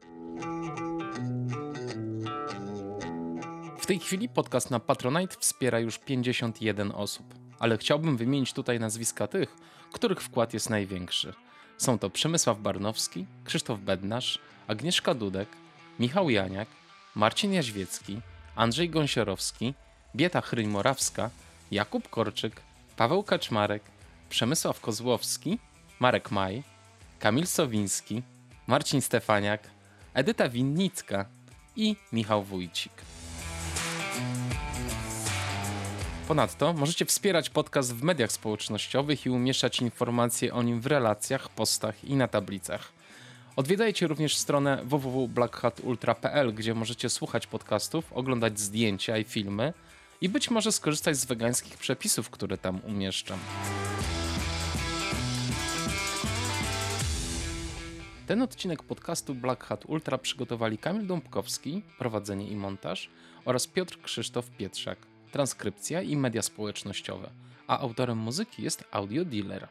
W tej chwili podcast na Patronite wspiera już 51 osób, ale chciałbym wymienić tutaj nazwiska tych, których wkład jest największy. Są to Przemysław Barnowski, Krzysztof Bednarz, Agnieszka Dudek, Michał Janiak, Marcin Jaźwiecki, Andrzej Gąsiorowski, Bieta Chryń-Morawska, Jakub Korczyk, Paweł Kaczmarek, Przemysław Kozłowski, Marek Maj, Kamil Sowiński, Marcin Stefaniak, Edyta Winnicka i Michał Wójcik. Ponadto możecie wspierać podcast w mediach społecznościowych i umieszczać informacje o nim w relacjach, postach i na tablicach. Odwiedzajcie również stronę www.blackhatultra.pl, gdzie możecie słuchać podcastów, oglądać zdjęcia i filmy i być może skorzystać z wegańskich przepisów, które tam umieszczam. Ten odcinek podcastu Black Hat Ultra przygotowali Kamil Dąbkowski, prowadzenie i montaż, oraz Piotr Krzysztof Pietrzak, transkrypcja i media społecznościowe, a autorem muzyki jest Audio Dealer.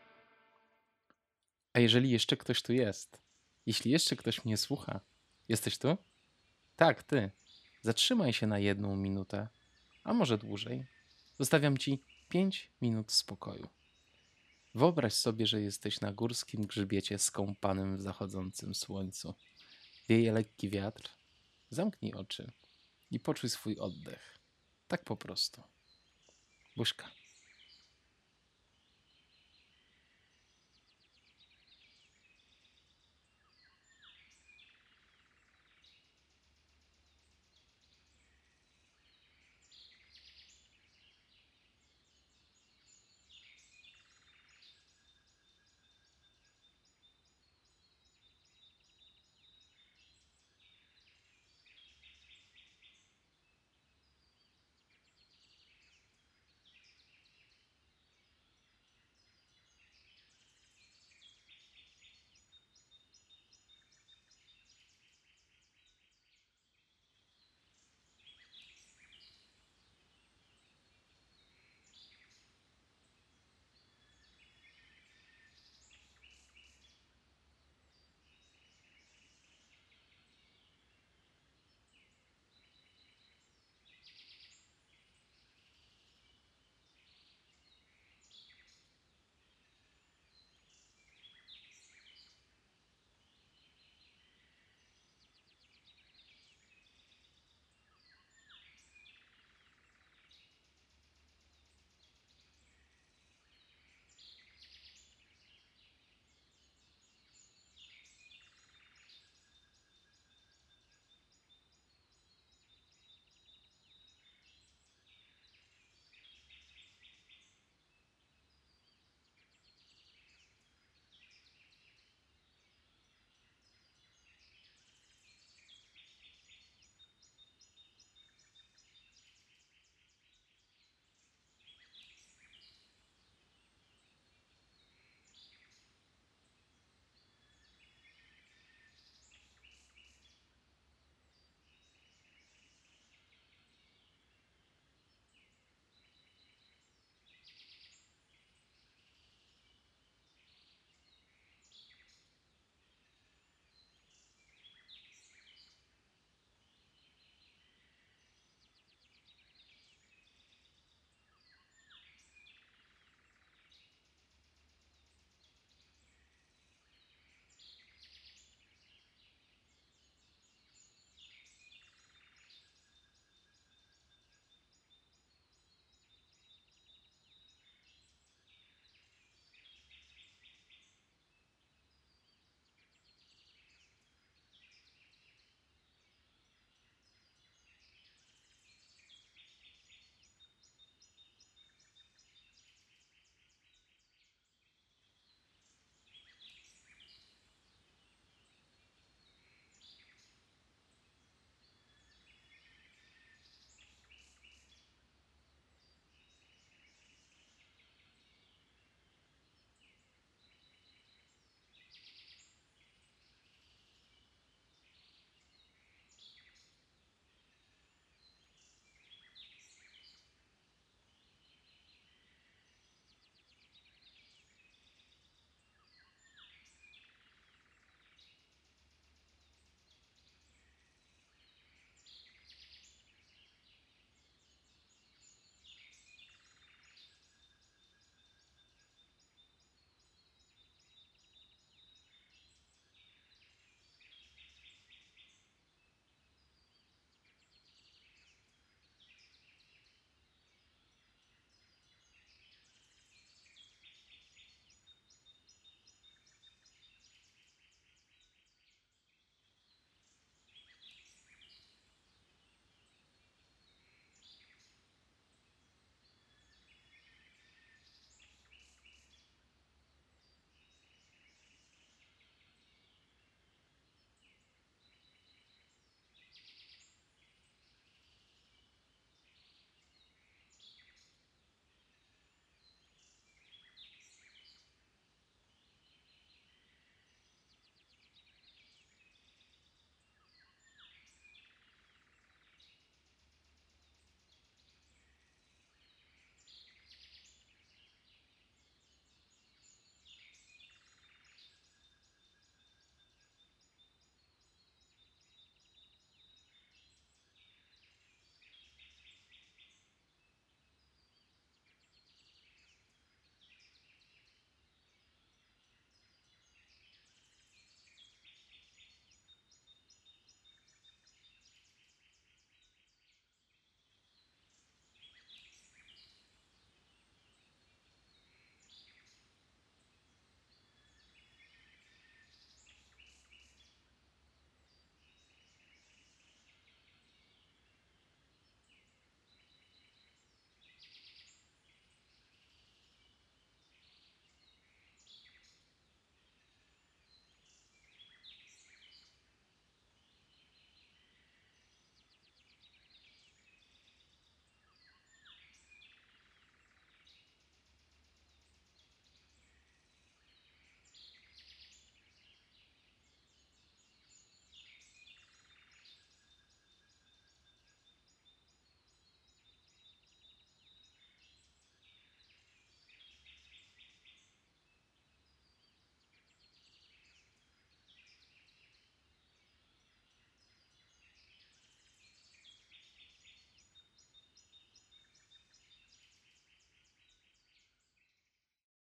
A jeżeli jeszcze ktoś tu jest, jeśli jeszcze ktoś mnie słucha, jesteś tu? Tak, ty. Zatrzymaj się na 1 minutę, a może dłużej. Zostawiam ci 5 minut spokoju. Wyobraź sobie, że jesteś na górskim grzbiecie skąpanym w zachodzącym słońcu. Wieje lekki wiatr. Zamknij oczy i poczuj swój oddech. Tak po prostu. Buźka.